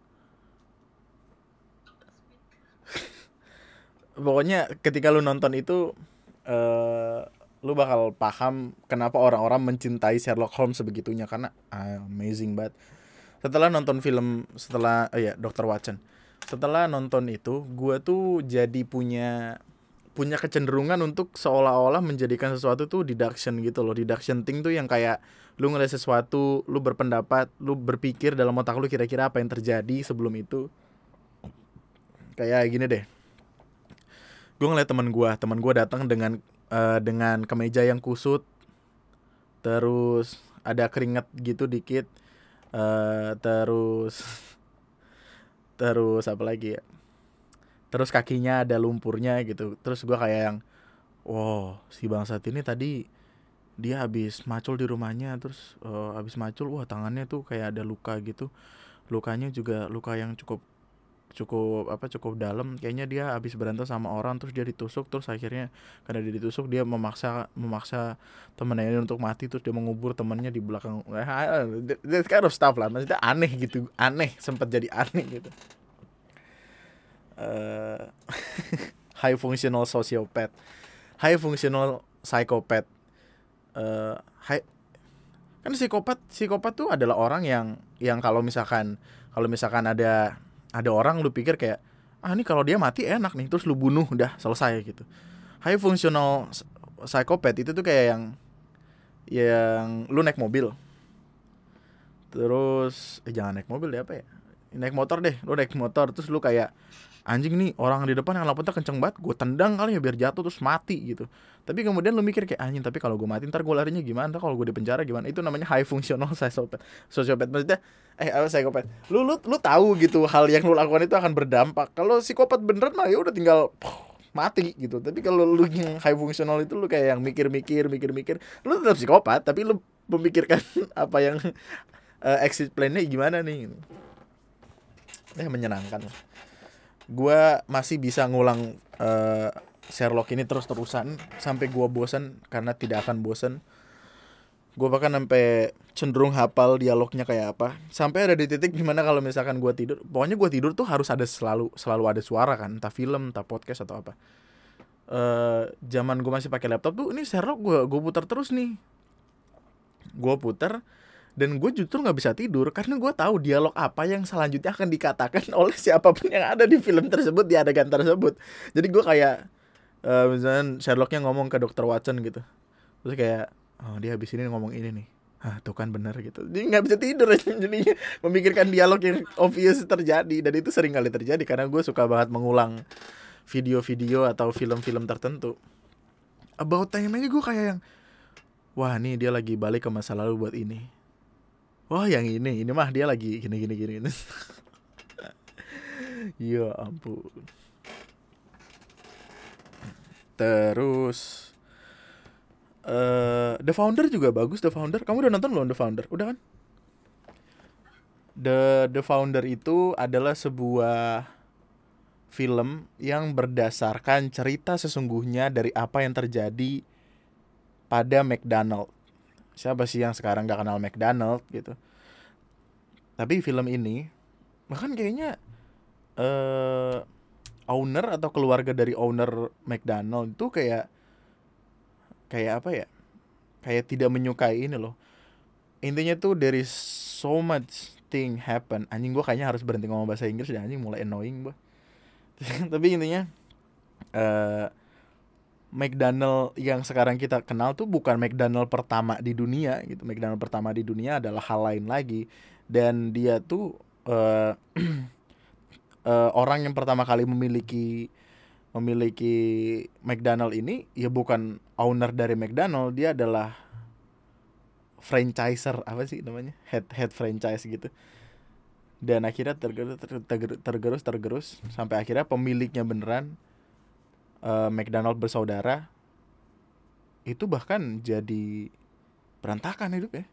[SPEAKER 1] Pokoknya ketika lu nonton itu lu bakal paham kenapa orang-orang mencintai Sherlock Holmes sebegitunya, karena amazing banget. Setelah nonton film, Dr. Watson. Setelah nonton itu, gue tuh jadi punya kecenderungan untuk seolah-olah menjadikan sesuatu tuh deduction gitu loh. Deduction thing tuh yang kayak lu ngeliat sesuatu, lu berpendapat, lu berpikir dalam otak lu kira-kira apa yang terjadi sebelum itu. Kayak gini deh. Gue ngeliat teman gue datang dengan kemeja yang kusut, terus ada keringat gitu dikit, terus apa lagi ya, terus kakinya ada lumpurnya gitu. Terus gue kayak yang, wow, si bangsat ini tadi dia habis macul di rumahnya, terus habis macul, wah tangannya tuh kayak ada luka gitu, lukanya juga luka yang cukup dalam. Kayaknya dia habis berantem sama orang, terus dia ditusuk, terus akhirnya karena dia ditusuk dia memaksa temennya untuk mati, terus dia mengubur temannya di belakang. That kind of stuff lah, maksudnya aneh gitu, sempat jadi aneh gitu. High functional sociopath, high functional psychopath. Kan psikopat tuh adalah orang yang kalau misalkan ada orang lu pikir kayak, ini kalau dia mati enak nih, terus lu bunuh, udah selesai gitu. High functional psychopath itu tuh kayak yang lu naik mobil, terus jangan naik mobil deh, apa ya, naik motor deh, lu naik motor terus lu kayak, anjing nih orang di depan yang lapetnya kenceng banget, gue tendang kali ya biar jatuh terus mati gitu. Tapi kemudian lu mikir kayak, anjing tapi kalau gue mati ntar gue larinya gimana, ntar kalau gue di penjara gimana. Itu namanya high functional sociopath. Maksudnya psikopat. Lu tahu gitu hal yang lu lakukan itu akan berdampak. Kalau psikopat beneran mah ya udah tinggal mati gitu. Tapi kalau lu yang high functional itu lu kayak yang mikir, lu tetap psikopat tapi lu memikirkan apa yang exit plan-nya gimana nih gitu. Menyenangkan lah. Gue masih bisa ngulang Sherlock ini terus-terusan sampai gue bosan, karena tidak akan bosan. Gue bahkan sampai cenderung hafal dialognya kayak apa. Sampai ada di titik dimana kalau misalkan gue tidur, pokoknya gue tidur tuh harus ada selalu ada suara kan, entah film, entah podcast atau apa. Zaman gue masih pakai laptop tuh, ini Sherlock gue putar terus nih. Gue puter dan gue justru nggak bisa tidur karena gue tahu dialog apa yang selanjutnya akan dikatakan oleh siapapun yang ada di film tersebut, di adegan tersebut. Jadi gue kayak misalnya Sherlocknya ngomong ke Dr. Watson gitu, terus kayak oh dia habis ini ngomong ini nih, ah tuh kan benar gitu. Jadi nggak bisa tidur jadinya memikirkan dialog yang obvious terjadi, dan itu sering kali terjadi karena gue suka banget mengulang video-video atau film-film tertentu. About Time aja gue kayak yang wah nih dia lagi balik ke masa lalu buat ini. Wah yang ini mah dia lagi gini. Ya ampun. Terus The Founder juga bagus. The Founder, kamu udah nonton belum The Founder? Udah kan? The Founder itu adalah sebuah film yang berdasarkan cerita sesungguhnya dari apa yang terjadi pada McDonald. Siapa sih yang sekarang gak kenal McDonald gitu? Tapi film ini bahkan kayaknya owner atau keluarga dari owner McDonald itu kayak apa ya? Kayak tidak menyukai ini loh. Intinya tuh there is so much thing happen. Anjing, gue kayaknya harus berhenti ngomong bahasa Inggris dan anjing mulai annoying gue. Tapi intinya McDonald yang sekarang kita kenal tuh bukan McDonald pertama di dunia gitu. McDonald pertama di dunia adalah hal lain lagi. Dan dia tuh orang yang pertama kali memiliki McDonald ini ya bukan owner dari McDonald, dia adalah franchiser, apa sih namanya, head franchise gitu. Dan akhirnya tergerus sampai akhirnya pemiliknya beneran McDonald bersaudara itu bahkan jadi berantakan hidupnya.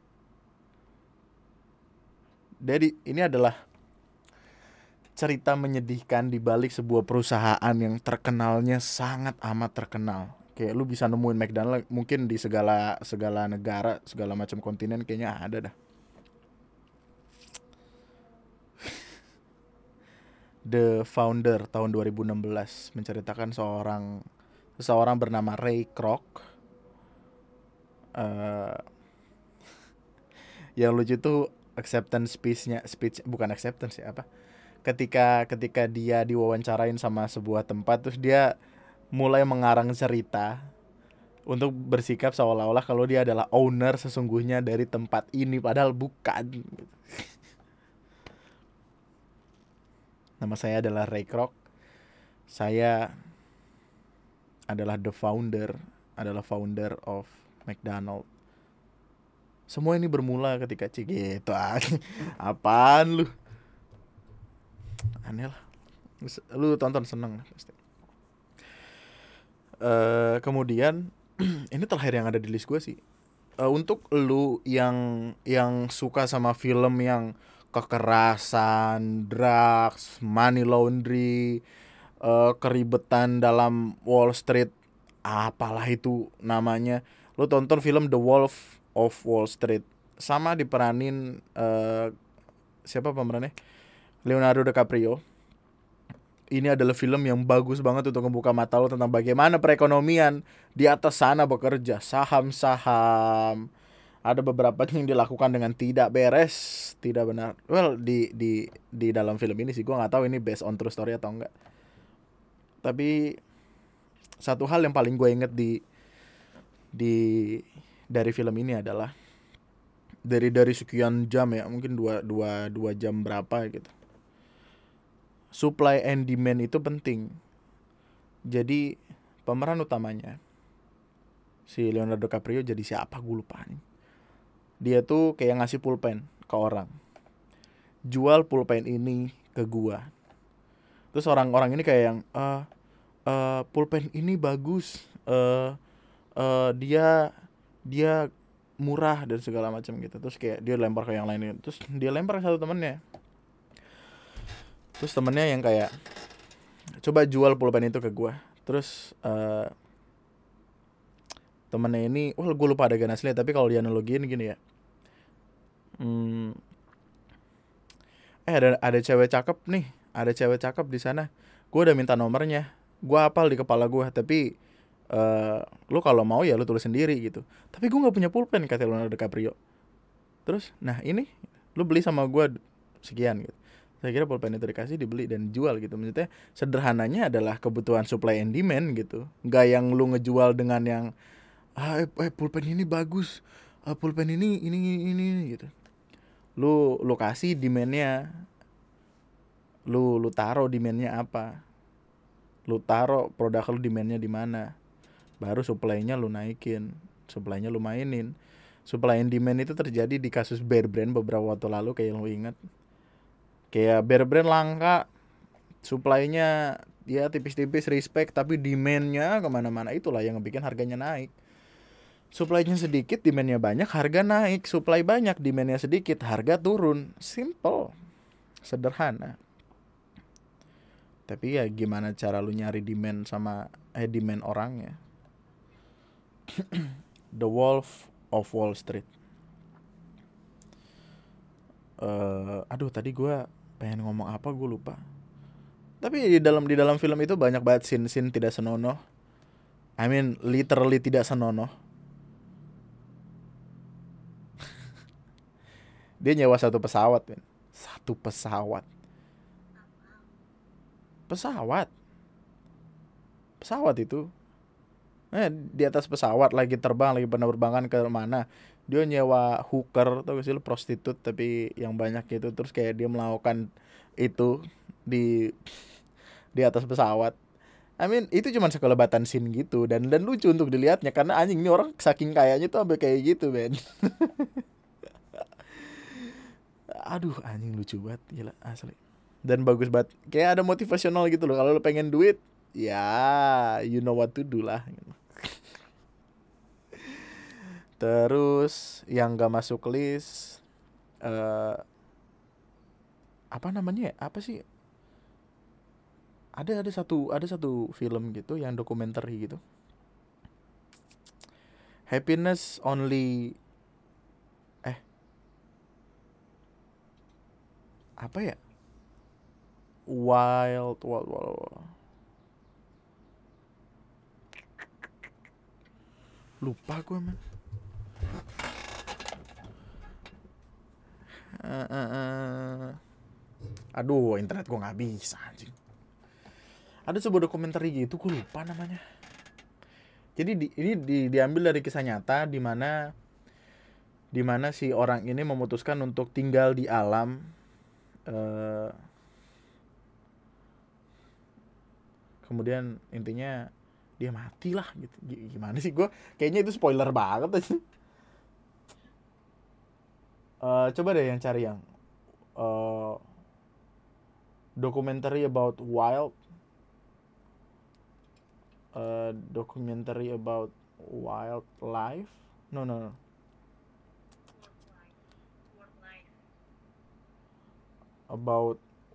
[SPEAKER 1] Jadi ini adalah cerita menyedihkan di balik sebuah perusahaan yang terkenalnya sangat amat terkenal. Kayak lu bisa nemuin McDonald mungkin di segala negara, segala macam kontinen kayaknya ada dah. The Founder tahun 2016 menceritakan seseorang bernama Ray Kroc. Yang lucu tuh acceptance speech bukan acceptance ya, apa? Ketika dia diwawancarain sama sebuah tempat, terus dia mulai mengarang cerita untuk bersikap seolah-olah kalau dia adalah owner sesungguhnya dari tempat ini, padahal bukan. Nama saya adalah Ray Kroc. Saya adalah founder of McDonald. Semua ini bermula ketika gitu. Apaan lu? Aneh lah. Lu tonton seneng pasti. Kemudian ini terakhir yang ada di list gue sih. Untuk lu yang suka sama film yang kekerasan, drugs, money laundry, keribetan dalam Wall Street, apalah itu namanya, lu tonton film The Wolf of Wall Street. Sama diperanin siapa pemerannya? Leonardo DiCaprio. Ini adalah film yang bagus banget untuk membuka mata lo tentang bagaimana perekonomian di atas sana bekerja. Saham-saham, ada beberapa yang dilakukan dengan tidak beres, tidak benar. Well, di dalam film ini sih gue nggak tahu ini based on true story atau enggak. Tapi satu hal yang paling gue inget dari film ini adalah dari sekian jam ya, mungkin dua jam berapa gitu. Supply and demand itu penting. Jadi pemeran utamanya si Leonardo DiCaprio jadi siapa gue lupa nih. Dia tuh kayak ngasih pulpen ke orang. Jual pulpen ini ke gua. Terus orang-orang ini kayak yang pulpen ini bagus. Dia murah dan segala macam gitu. Terus kayak dia lempar ke yang lain. Terus dia lempar ke satu temennya. Terus temennya yang kayak coba jual pulpen itu ke gue. Terus temennya ini, gue lupa adegan aslinya, tapi kalau dia analogiin gini ya. Ada cewek cakep nih, ada cewek cakep di sana. Gue udah minta nomornya, gue hafal di kepala gue, tapi Lu kalau mau ya lu tulis sendiri gitu. Tapi gue nggak punya pulpen, kata Leonardo DiCaprio. Terus nah ini lu beli sama gue sekian gitu. Saya kira pulpen itu dikasih, dibeli dan jual gitu. Maksudnya sederhananya adalah kebutuhan supply and demand gitu. Nggak yang lu ngejual dengan yang pulpen ini bagus, pulpen ini gitu. Lu kasih demandnya, lu taruh demandnya apa, lu taruh produk lu demandnya di mana, baru supply-nya lu naikin, supply-nya lu mainin. Supply and demand itu terjadi di kasus Bear Brand beberapa waktu lalu, kayak lu ingat. Kayak Bear Brand langka, supply-nya ya tipis-tipis, respect, tapi demand-nya kemana-mana. Itulah yang bikin harganya naik. Supply-nya sedikit, demand-nya banyak, harga naik. Supply banyak, demand-nya sedikit, harga turun. Simple, sederhana. Tapi ya gimana cara lu nyari demand sama demand orangnya. The Wolf of Wall Street. Aduh tadi gue pengen ngomong apa gue lupa. Tapi di dalam film itu banyak banget scene tidak senonoh. I mean literally tidak senonoh. Dia nyewa satu pesawat, men. Satu pesawat. Pesawat itu. Di atas pesawat lagi terbang, lagi penerbangan ke mana. Dia nyewa hooker, tau gak sih lu, prostitut tapi yang banyak gitu. Terus kayak dia melakukan itu di atas pesawat. I mean itu cuma sekelebatan scene gitu, dan lucu untuk dilihatnya karena anjing ini orang saking kayaknya tuh sampai kayak gitu, men. Aduh anjing lucu banget, gila asli. Dan bagus banget, kayak ada motivasional gitu loh. Kalau lo pengen duit, ya you know what to do lah. Terus yang gak masuk list, apa namanya ya? Apa sih? Ada satu film gitu yang dokumenter gitu. Happiness Only, apa ya? Wild. Lupa gue, man. Aduh, internet gue nggak bisa anjing. Ada sebuah dokumenter gitu, gue lupa namanya. Jadi ini diambil dari kisah nyata di mana si orang ini memutuskan untuk tinggal di alam. Kemudian intinya dia mati lah gitu. Gimana sih, gue kayaknya itu spoiler banget aja. Coba deh yang cari yang documentary about wild, documentary about wildlife. No. About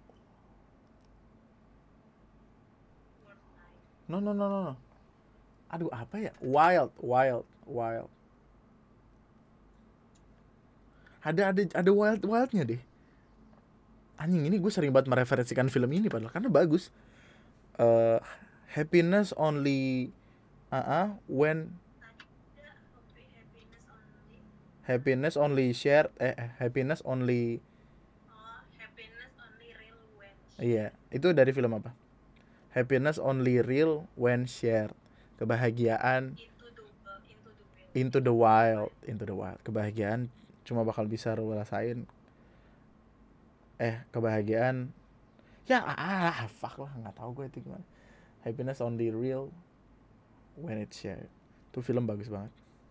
[SPEAKER 1] no. Aduh apa ya? Wild. Ada wildnya deh. Anjing ini gue sering banget mereferensikan film ini padahal karena bagus. Happiness only when happiness only shared happiness only iya, itu dari film apa? Happiness only real when shared. Kebahagiaan into the wild. Kebahagiaan cuma bakal bisa lo rasain. Kebahagiaan ya fuck lah, nggak tahu gue itu gimana. Happiness only real when it's shared. Itu film bagus banget.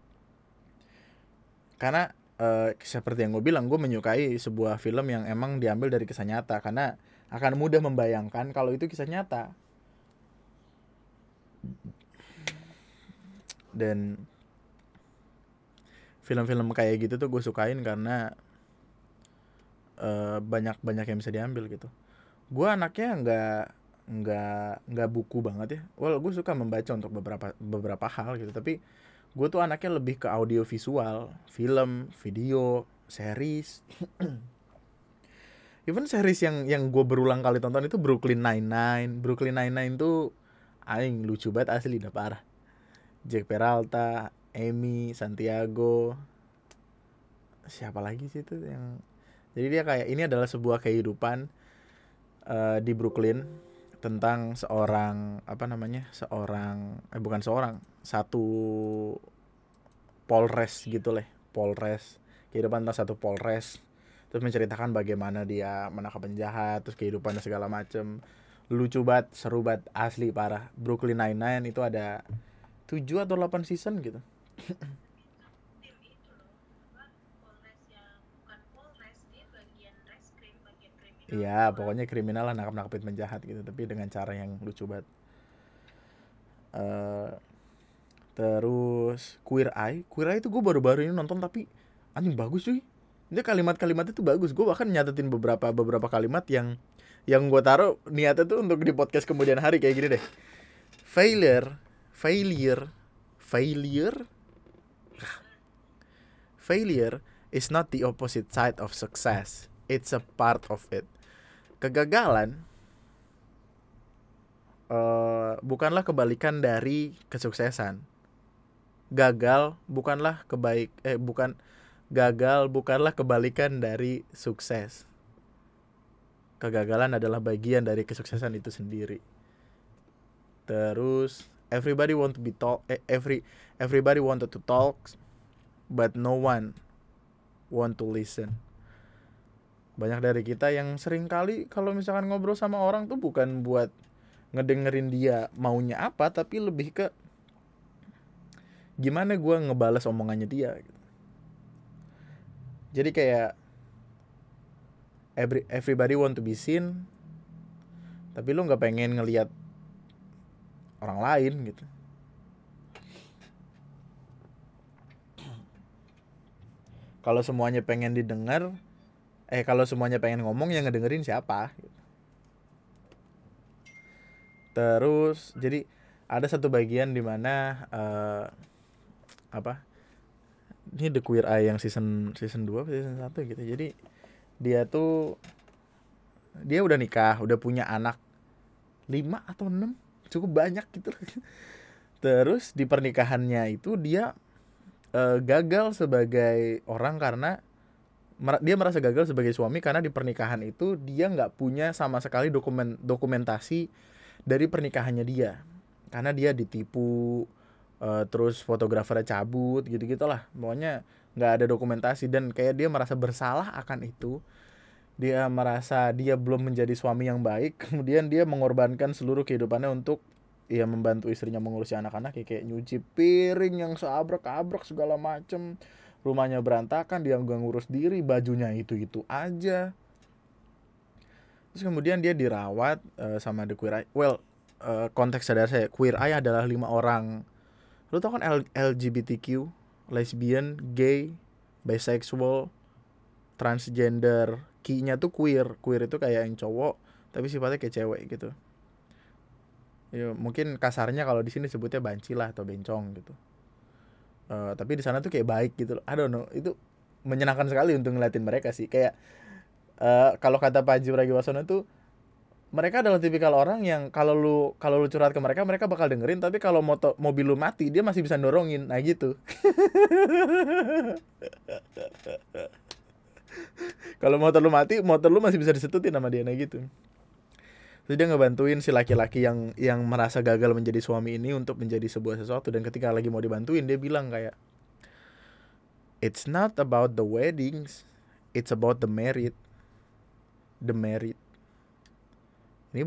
[SPEAKER 1] Karena seperti yang gue bilang, gue menyukai sebuah film yang emang diambil dari kisah nyata karena akan mudah membayangkan kalau itu kisah nyata. Dan film-film kayak gitu tuh gue sukain karena banyak yang bisa diambil gitu. Gue anaknya nggak buku banget ya. Well, gue suka membaca untuk beberapa hal gitu, tapi gue tuh anaknya lebih ke audio visual, film, video, series. Even series yang gue berulang kali tonton itu Brooklyn Nine-Nine tuh aing lucu banget asli, dah parah. Jack Peralta, Amy, Santiago, siapa lagi sih itu yang, jadi dia kayak ini adalah sebuah kehidupan di Brooklyn tentang seorang apa namanya, seorang bukan seorang, satu Polres gitu lah, Polres, kehidupan tentang satu Polres, terus menceritakan bagaimana dia menangkap penjahat, terus kehidupannya segala macem. Lucu banget, seru banget, asli parah. Brooklyn Nine-Nine itu ada 7 atau 8 season gitu. Iya, pokoknya kriminal lah, nangkap-nangkapin penjahat gitu, tapi dengan cara yang lucu banget. Eh, Terus Queer Eye itu gue baru-baru ini nonton, tapi anjing bagus cuy. Dia kalimat-kalimatnya tuh bagus. Gue bahkan nyatetin beberapa kalimat yang gue taruh niatnya tuh untuk di podcast kemudian hari kayak gini deh. Failure, failure, failure, failure is not the opposite side of success. It's a part of it. Kegagalan bukanlah kebalikan dari kesuksesan. Gagal bukanlah kebalikan dari sukses. Kegagalan adalah bagian dari kesuksesan itu sendiri. Terus everybody wanted to talk, but no one want to listen. Banyak dari kita yang sering kali kalau misalkan ngobrol sama orang tuh bukan buat ngedengerin dia maunya apa, tapi lebih ke gimana gue ngebales omongannya dia gitu. Jadi kayak everybody want to be seen, tapi lu nggak pengen ngelihat orang lain gitu. Kalau semuanya pengen didengar, kalau semuanya pengen ngomong, yang ngedengerin siapa gitu. Terus jadi ada satu bagian di mana ini The Queer Eye yang season 2 season 1 gitu. Jadi dia udah nikah, udah punya anak 5 atau 6, cukup banyak gitu. Terus di pernikahannya itu dia gagal sebagai orang karena dia merasa gagal sebagai suami karena di pernikahan itu dia nggak punya sama sekali dokumentasi dari pernikahannya dia, karena dia ditipu, terus fotografernya cabut gitu-gitulah, pokoknya nggak ada dokumentasi, dan kayak dia merasa bersalah akan itu. Dia merasa dia belum menjadi suami yang baik, kemudian dia mengorbankan seluruh kehidupannya untuk membantu istrinya mengurusi anak-anak, kayak nyuci piring yang seabrek-abrek segala macem, rumahnya berantakan, dia nggak ngurus diri, bajunya itu aja. Terus kemudian dia dirawat sama The Queer Eye. Konteks sadar saya, Queer Eye adalah 5 orang. Lu tau kan LGBTQ, lesbian, gay, bisexual, transgender. Q-nya tuh queer. Queer itu kayak yang cowok tapi sifatnya kayak cewek gitu. Ya, mungkin kasarnya kalau di sini sebutnya banci lah atau bencong gitu. Tapi di sana tuh kayak baik gitu. I don't know, itu menyenangkan sekali untuk ngeliatin mereka sih. Kayak kalau kata Pak Haji Pragiwaksono tuh, mereka adalah tipikal orang yang kalau lu curhat ke mereka bakal dengerin, tapi kalau mobil lu mati dia masih bisa dorongin, nah gitu. Kalau motor lu masih bisa disetutin sama dia, nah gitu. Terus dia ngebantuin si laki-laki yang merasa gagal menjadi suami ini untuk menjadi sebuah sesuatu, dan ketika lagi mau dibantuin dia bilang kayak, it's not about the weddings, it's about the merit. Ini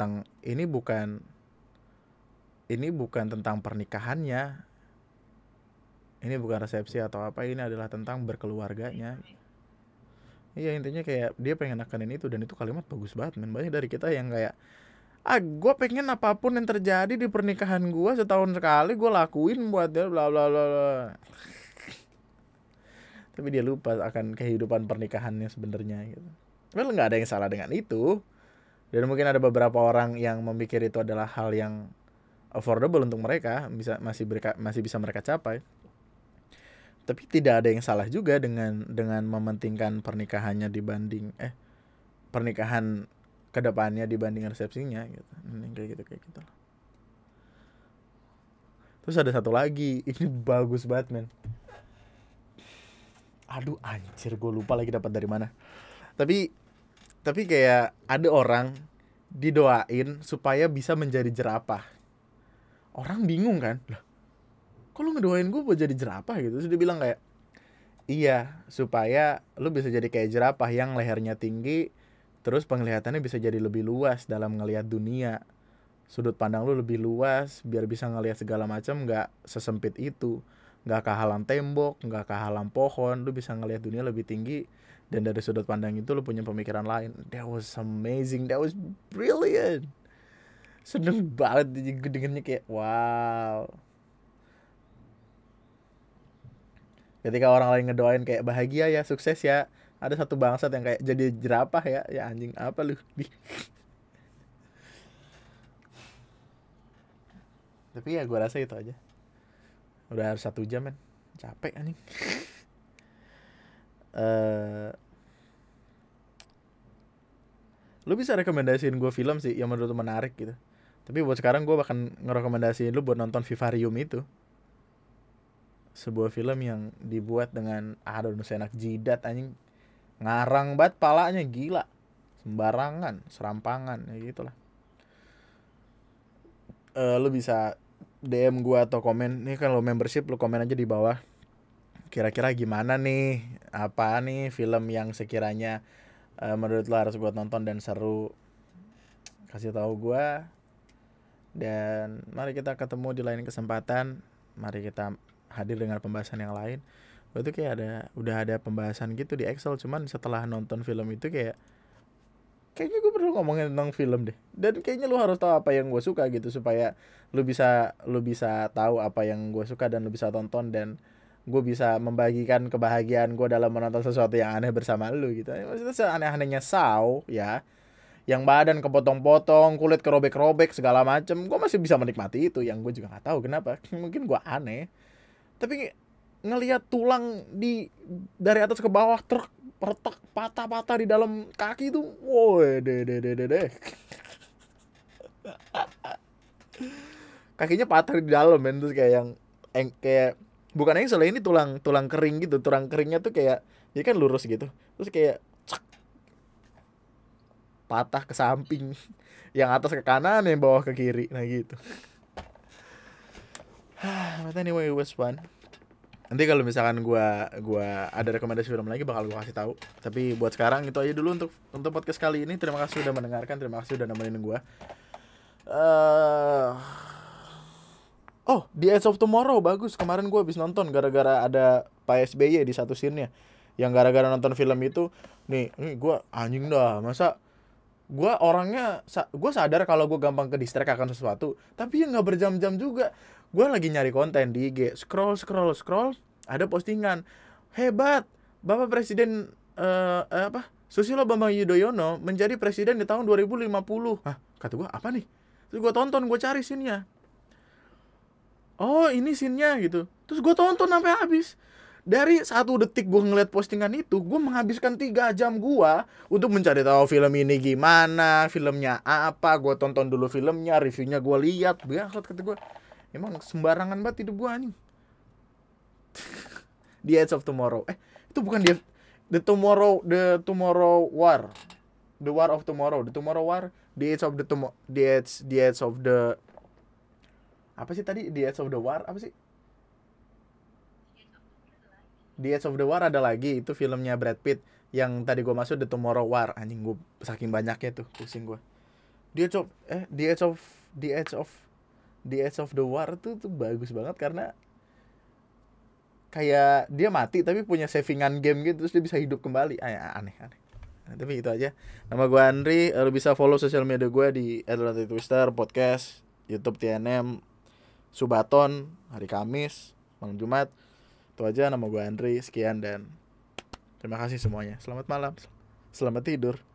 [SPEAKER 1] bukan tentang pernikahannya, ini bukan resepsi atau apa, ini adalah tentang berkeluarganya. Iya, intinya kayak dia pengen nekanin itu, dan itu kalimat bagus banget, men. Banyak dari kita yang kayak, gue pengen apapun yang terjadi di pernikahan gue setahun sekali gue lakuin buat dia, bla bla bla bla. Tapi dia lupa akan kehidupan pernikahannya sebenarnya gitu. Well, nggak ada yang salah dengan itu, dan mungkin ada beberapa orang yang memikir itu adalah hal yang affordable untuk mereka, masih bisa mereka capai. Tapi tidak ada yang salah juga dengan mementingkan pernikahannya dibanding pernikahan kedepannya dibanding resepsinya gitu. Kayak gitu. Terus ada satu lagi, ini bagus banget men. Aduh anjir, gue lupa lagi dapat dari mana. Tapi kayak ada orang didoain supaya bisa menjadi jerapah. Orang bingung kan, lah kok lu ngedoain gue buat jadi jerapah gitu. Terus dia bilang kayak, iya supaya lu bisa jadi kayak jerapah yang lehernya tinggi, terus penglihatannya bisa jadi lebih luas dalam ngelihat dunia. Sudut pandang lu lebih luas biar bisa ngelihat segala macam, nggak sesempit itu, nggak kehalang tembok, nggak kehalang pohon, lu bisa ngelihat dunia lebih tinggi, dan dari sudut pandang itu lu punya pemikiran lain. That was amazing, that was brilliant. Seneng banget gue dengernya kayak wow. Ketika orang lain ngedoain kayak bahagia ya, sukses ya, ada satu bangsat yang kayak jadi jerapah ya, ya anjing apa lu. Tapi ya gue rasa itu aja. Udah harus 1 jam men, capek anjing. Lu bisa rekomendasiin gue film sih yang menurut lu menarik gitu. Tapi buat sekarang gue bahkan ngerekomendasiin lu buat nonton Vivarium itu. Sebuah film yang dibuat dengan aduh senak jidat anjing. Ngarang banget palanya, gila. Sembarangan, serampangan ya gitulah. Lu bisa DM gue atau komen. Nih kan lo membership, lu komen aja di bawah. Kira-kira gimana nih? Apa nih film yang sekiranya menurut lo harus buat nonton dan seru? Kasih tahu gue. Dan mari kita ketemu di lain kesempatan. Mari kita hadir dengan pembahasan yang lain. Itu kayak udah ada pembahasan gitu di Excel, cuman setelah nonton film itu kayaknya gue perlu ngomongin tentang film deh. Dan kayaknya lu harus tahu apa yang gue suka gitu, supaya lu bisa tahu apa yang gue suka dan lu bisa tonton, dan gue bisa membagikan kebahagiaan gue dalam menonton sesuatu yang aneh bersama lu gitu. Maksudnya seaneh-anehnya Saw ya, yang badan kepotong-potong, kulit kerobek-robek segala macem, gue masih bisa menikmati itu. Yang gue juga nggak tahu kenapa, mungkin gue aneh. Tapi ngelihat tulang dari atas ke bawah retak patah-patah di dalam kaki itu, woi deh. Kakinya patah di dalam men, terus kayak kayak bukan engsel, ini tulang kering gitu. Tulang keringnya tuh kayak ya kan lurus gitu. Terus kayak patah ke samping. Yang atas ke kanan, yang bawah ke kiri. Nah gitu. But anyway, it was fun. Nanti kalau misalkan gua ada rekomendasi film lagi bakal gua kasih tahu. Tapi buat sekarang itu aja dulu untuk podcast kali ini. Terima kasih udah mendengarkan, terima kasih udah nemenin gua. Oh, The Edge of Tomorrow bagus. Kemarin gua habis nonton gara-gara ada Pak SBY di satu scene-nya. Yang gara-gara nonton film itu, nih gua anjing dah. Masa gue orangnya gue sadar kalau gue gampang ke distract akan sesuatu, tapi ya nggak berjam-jam juga. Gue lagi nyari konten di IG, scroll ada postingan hebat, Bapak Presiden Susilo Bambang Yudhoyono menjadi presiden di tahun 2050. Hah, kata gue apa nih? Terus gue tonton, gue cari scene-nya. Oh ini scene-nya gitu. Terus gue tonton sampai habis. Dari 1 detik gue ngeliat postingan itu, gue menghabiskan 3 jam gue untuk mencari tahu film ini gimana, filmnya apa. Gue tonton dulu filmnya, reviewnya gue lihat. Bangsat kata gue, emang sembarangan banget hidup gue nih. The Edge of Tomorrow. Itu bukan The Tomorrow War. The War of Tomorrow. The Tomorrow War. The Edge of the apa sih tadi? The Edge of the War apa sih? The Edge of the War ada lagi, itu filmnya Brad Pitt. Yang tadi gue masuk The Tomorrow War. Anjing, gue saking banyaknya tuh pusing gue. The Edge of the War tuh bagus banget karena kayak dia mati tapi punya savingan game gitu, terus dia bisa hidup kembali. Aneh. Nah, tapi itu aja. Nama gue Andri. Lu bisa follow sosial media gue di @twister, podcast, YouTube TNM, Subaton, hari Kamis, malam Jumat. Itu aja. Nama gue Andri. Sekian dan terima kasih semuanya. Selamat malam. Selamat tidur.